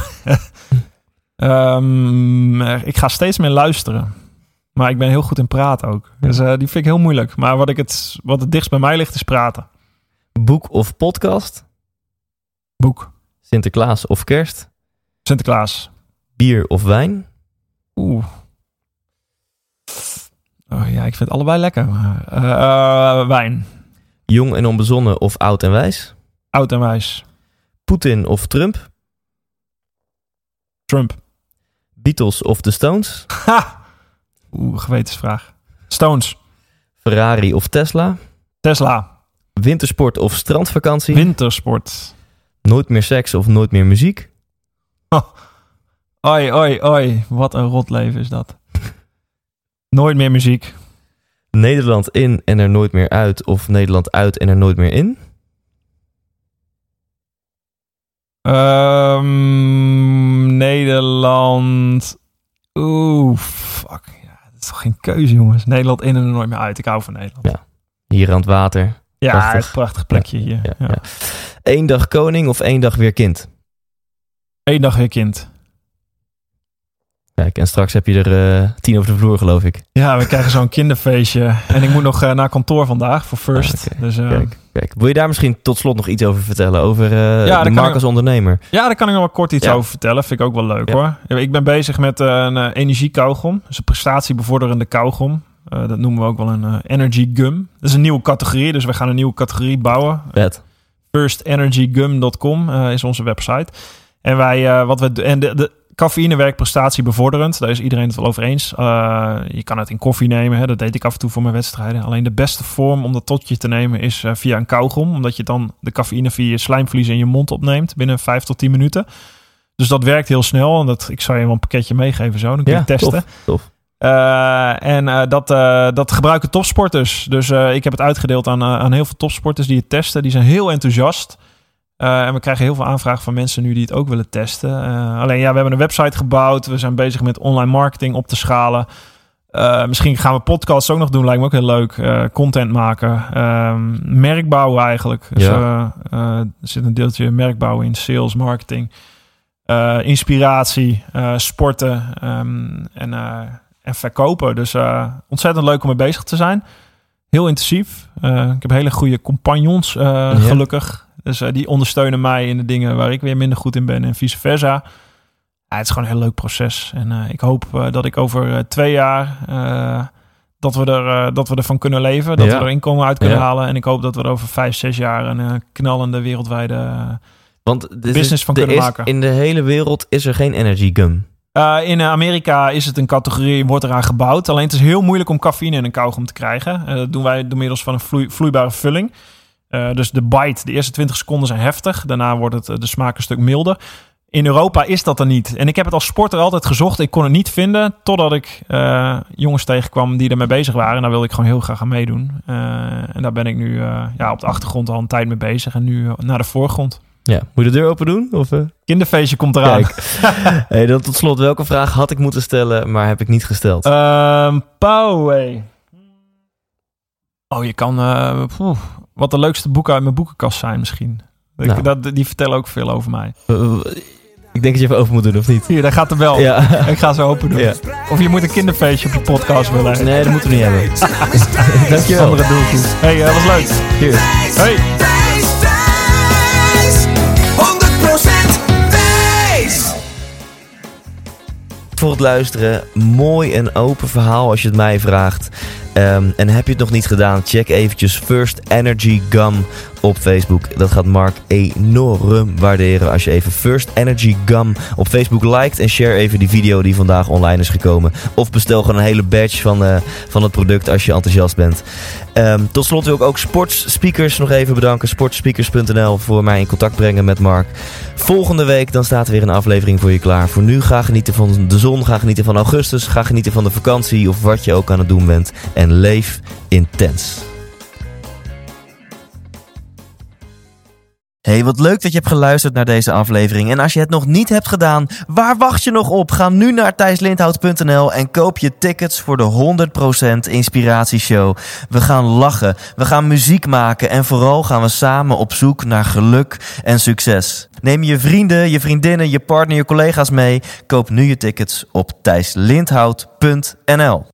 um, ik ga steeds meer luisteren. Maar ik ben heel goed in praten ook. Dus uh, die vind ik heel moeilijk. Maar wat, ik het, wat het dichtst bij mij ligt is praten. Boek of podcast? Boek. Sinterklaas of kerst? Sinterklaas. Bier of wijn? Oeh. Oh ja, ik vind het allebei lekker. Uh, uh, wijn. Jong en onbezonnen of oud en wijs? Oud en wijs. Poetin of Trump? Trump. Beatles of The Stones? Ha! Oeh, gewetensvraag. Stones. Ferrari of Tesla? Tesla. Wintersport of strandvakantie? Wintersport. Nooit meer seks of nooit meer muziek? Oh. Oi, oi, oi. Wat een rot leven is dat. Nooit meer muziek. Nederland in en er nooit meer uit of Nederland uit en er nooit meer in? Um, Nederland. Oeh, fuck. Ja, dat is toch geen keuze, jongens. Nederland in en er nooit meer uit. Ik hou van Nederland. Ja, hier aan het water. Ja, Prachtig. het is een prachtig plekje ja, hier. Ja, Ja. ja. Eén dag koning of één dag weer kind? Eén dag weer kind. Kijk, en straks heb je er uh, tien over de vloer, geloof ik. Ja, we krijgen zo'n kinderfeestje. En ik moet nog uh, naar kantoor vandaag voor First. Ah, okay. Dus, uh, kijk, kijk. Wil je daar misschien tot slot nog iets over vertellen? Over uh, Ja, de kan Mark ik- als ondernemer? Ja, daar kan ik nog wel kort iets Ja. over vertellen. Vind ik ook wel leuk Ja. hoor. Ik ben bezig met uh, een uh, energiekauwgom. Dus een prestatiebevorderende kauwgom. Uh, dat noemen we ook wel een uh, energy gum. Dat is een nieuwe categorie. Dus we gaan een nieuwe categorie bouwen. Vet. first energy gum dot com uh, is onze website. En wij, uh, wat we en de, de cafeïne werkt prestatiebevorderend. Daar is iedereen het wel over eens. Uh, je kan het in koffie nemen. Hè? Dat deed ik af en toe voor mijn wedstrijden. Alleen de beste vorm om dat tot je te nemen is uh, via een kauwgom. Omdat je dan de cafeïne via je slijmvlies in je mond opneemt binnen vijf tot tien minuten. Dus dat werkt heel snel. En dat, ik zou je wel een pakketje meegeven zo. Dan kun je Ja, testen. tof, tof. Uh, en uh, dat, uh, dat gebruiken topsporters. Dus uh, ik heb het uitgedeeld aan, uh, aan heel veel topsporters die het testen. Die zijn heel enthousiast. Uh, en we krijgen heel veel aanvragen van mensen nu die het ook willen testen. Uh, alleen ja, we hebben een website gebouwd. We zijn bezig met online marketing op te schalen. Uh, misschien gaan we podcasts ook nog doen. Lijkt me ook heel leuk. Uh, content maken. Uh, merkbouwen eigenlijk. Dus Ja. uh, uh, er zit een deeltje merkbouwen in. Sales, marketing. Uh, inspiratie. Uh, sporten. Um, en, uh, en verkopen. Dus uh, ontzettend leuk om mee bezig te zijn. Heel intensief. Uh, ik heb hele goede compagnons uh, Ja. gelukkig. Dus uh, die ondersteunen mij in de dingen waar ik weer minder goed in ben en vice versa. Ja, het is gewoon een heel leuk proces. En uh, ik hoop uh, dat ik over uh, twee jaar uh, dat, we er, uh, dat we ervan kunnen leven. Dat Ja. we er inkomen uit kunnen Ja. halen. En ik hoop dat we er over vijf, zes jaar een uh, knallende wereldwijde uh, Want dit business is, van er kunnen is, maken. in de hele wereld is er geen energy gum. Uh, in Amerika is het een categorie, wordt eraan gebouwd. Alleen het is heel moeilijk om cafeïne in een kauwgom te krijgen. Uh, dat doen wij door middels van een vloei, vloeibare vulling. Uh, dus de bite, de eerste twintig seconden zijn heftig. Daarna wordt het, uh, de smaak een stuk milder. In Europa is dat er niet. En ik heb het als sporter altijd gezocht. Ik kon het niet vinden totdat ik uh, jongens tegenkwam die ermee bezig waren. En daar wilde ik gewoon heel graag aan meedoen. Uh, en daar ben ik nu uh, ja, op de achtergrond al een tijd mee bezig. En nu uh, naar de voorgrond. Ja, moet je de deur open doen? Of, uh? Kinderfeestje komt eraan. Kijk. Hey, dan tot slot, welke vraag had ik moeten stellen, maar heb ik niet gesteld? Uh, Pauw, hey. Oh, je kan... Uh, poeh, wat de leukste boeken uit mijn boekenkast zijn misschien. Ik, Nou. dat, die vertellen ook veel over mij. Uh, ik denk dat je even open moet doen, of niet? Hier, daar gaat de bel. Ja. Ik ga ze open doen. Ja. Of je moet een kinderfeestje op je podcast willen. Nee, dat moeten we niet hebben. Dankjewel. Andere doelgroep. Hey, dat was leuk. Cheers. Hey. Thijs, Thijs, honderd procent Thijs. Voor het luisteren, mooi en open verhaal als je het mij vraagt. Um, en heb je het nog niet gedaan, check eventjes First Energy Gum op Facebook. Dat gaat Mark enorm waarderen als je even First Energy Gum op Facebook liked en share even die video die vandaag online is gekomen. Of bestel gewoon een hele badge van, uh, van het product als je enthousiast bent. Um, tot slot wil ik ook Sportspeakers nog even bedanken. sportspeakers punt n l voor mij in contact brengen met Mark. Volgende week dan staat er weer een aflevering voor je klaar. Voor nu ga genieten van de zon, ga genieten van augustus, ga genieten van de vakantie of wat je ook aan het doen bent. En leef intens. Hey, wat leuk dat je hebt geluisterd naar deze aflevering. En als je het nog niet hebt gedaan, waar wacht je nog op? Ga nu naar thijs lindhout punt n l en koop je tickets voor de honderd procent Inspiratieshow. We gaan lachen, we gaan muziek maken en vooral gaan we samen op zoek naar geluk en succes. Neem je vrienden, je vriendinnen, je partner, je collega's mee. Koop nu je tickets op thijs lindhout punt n l.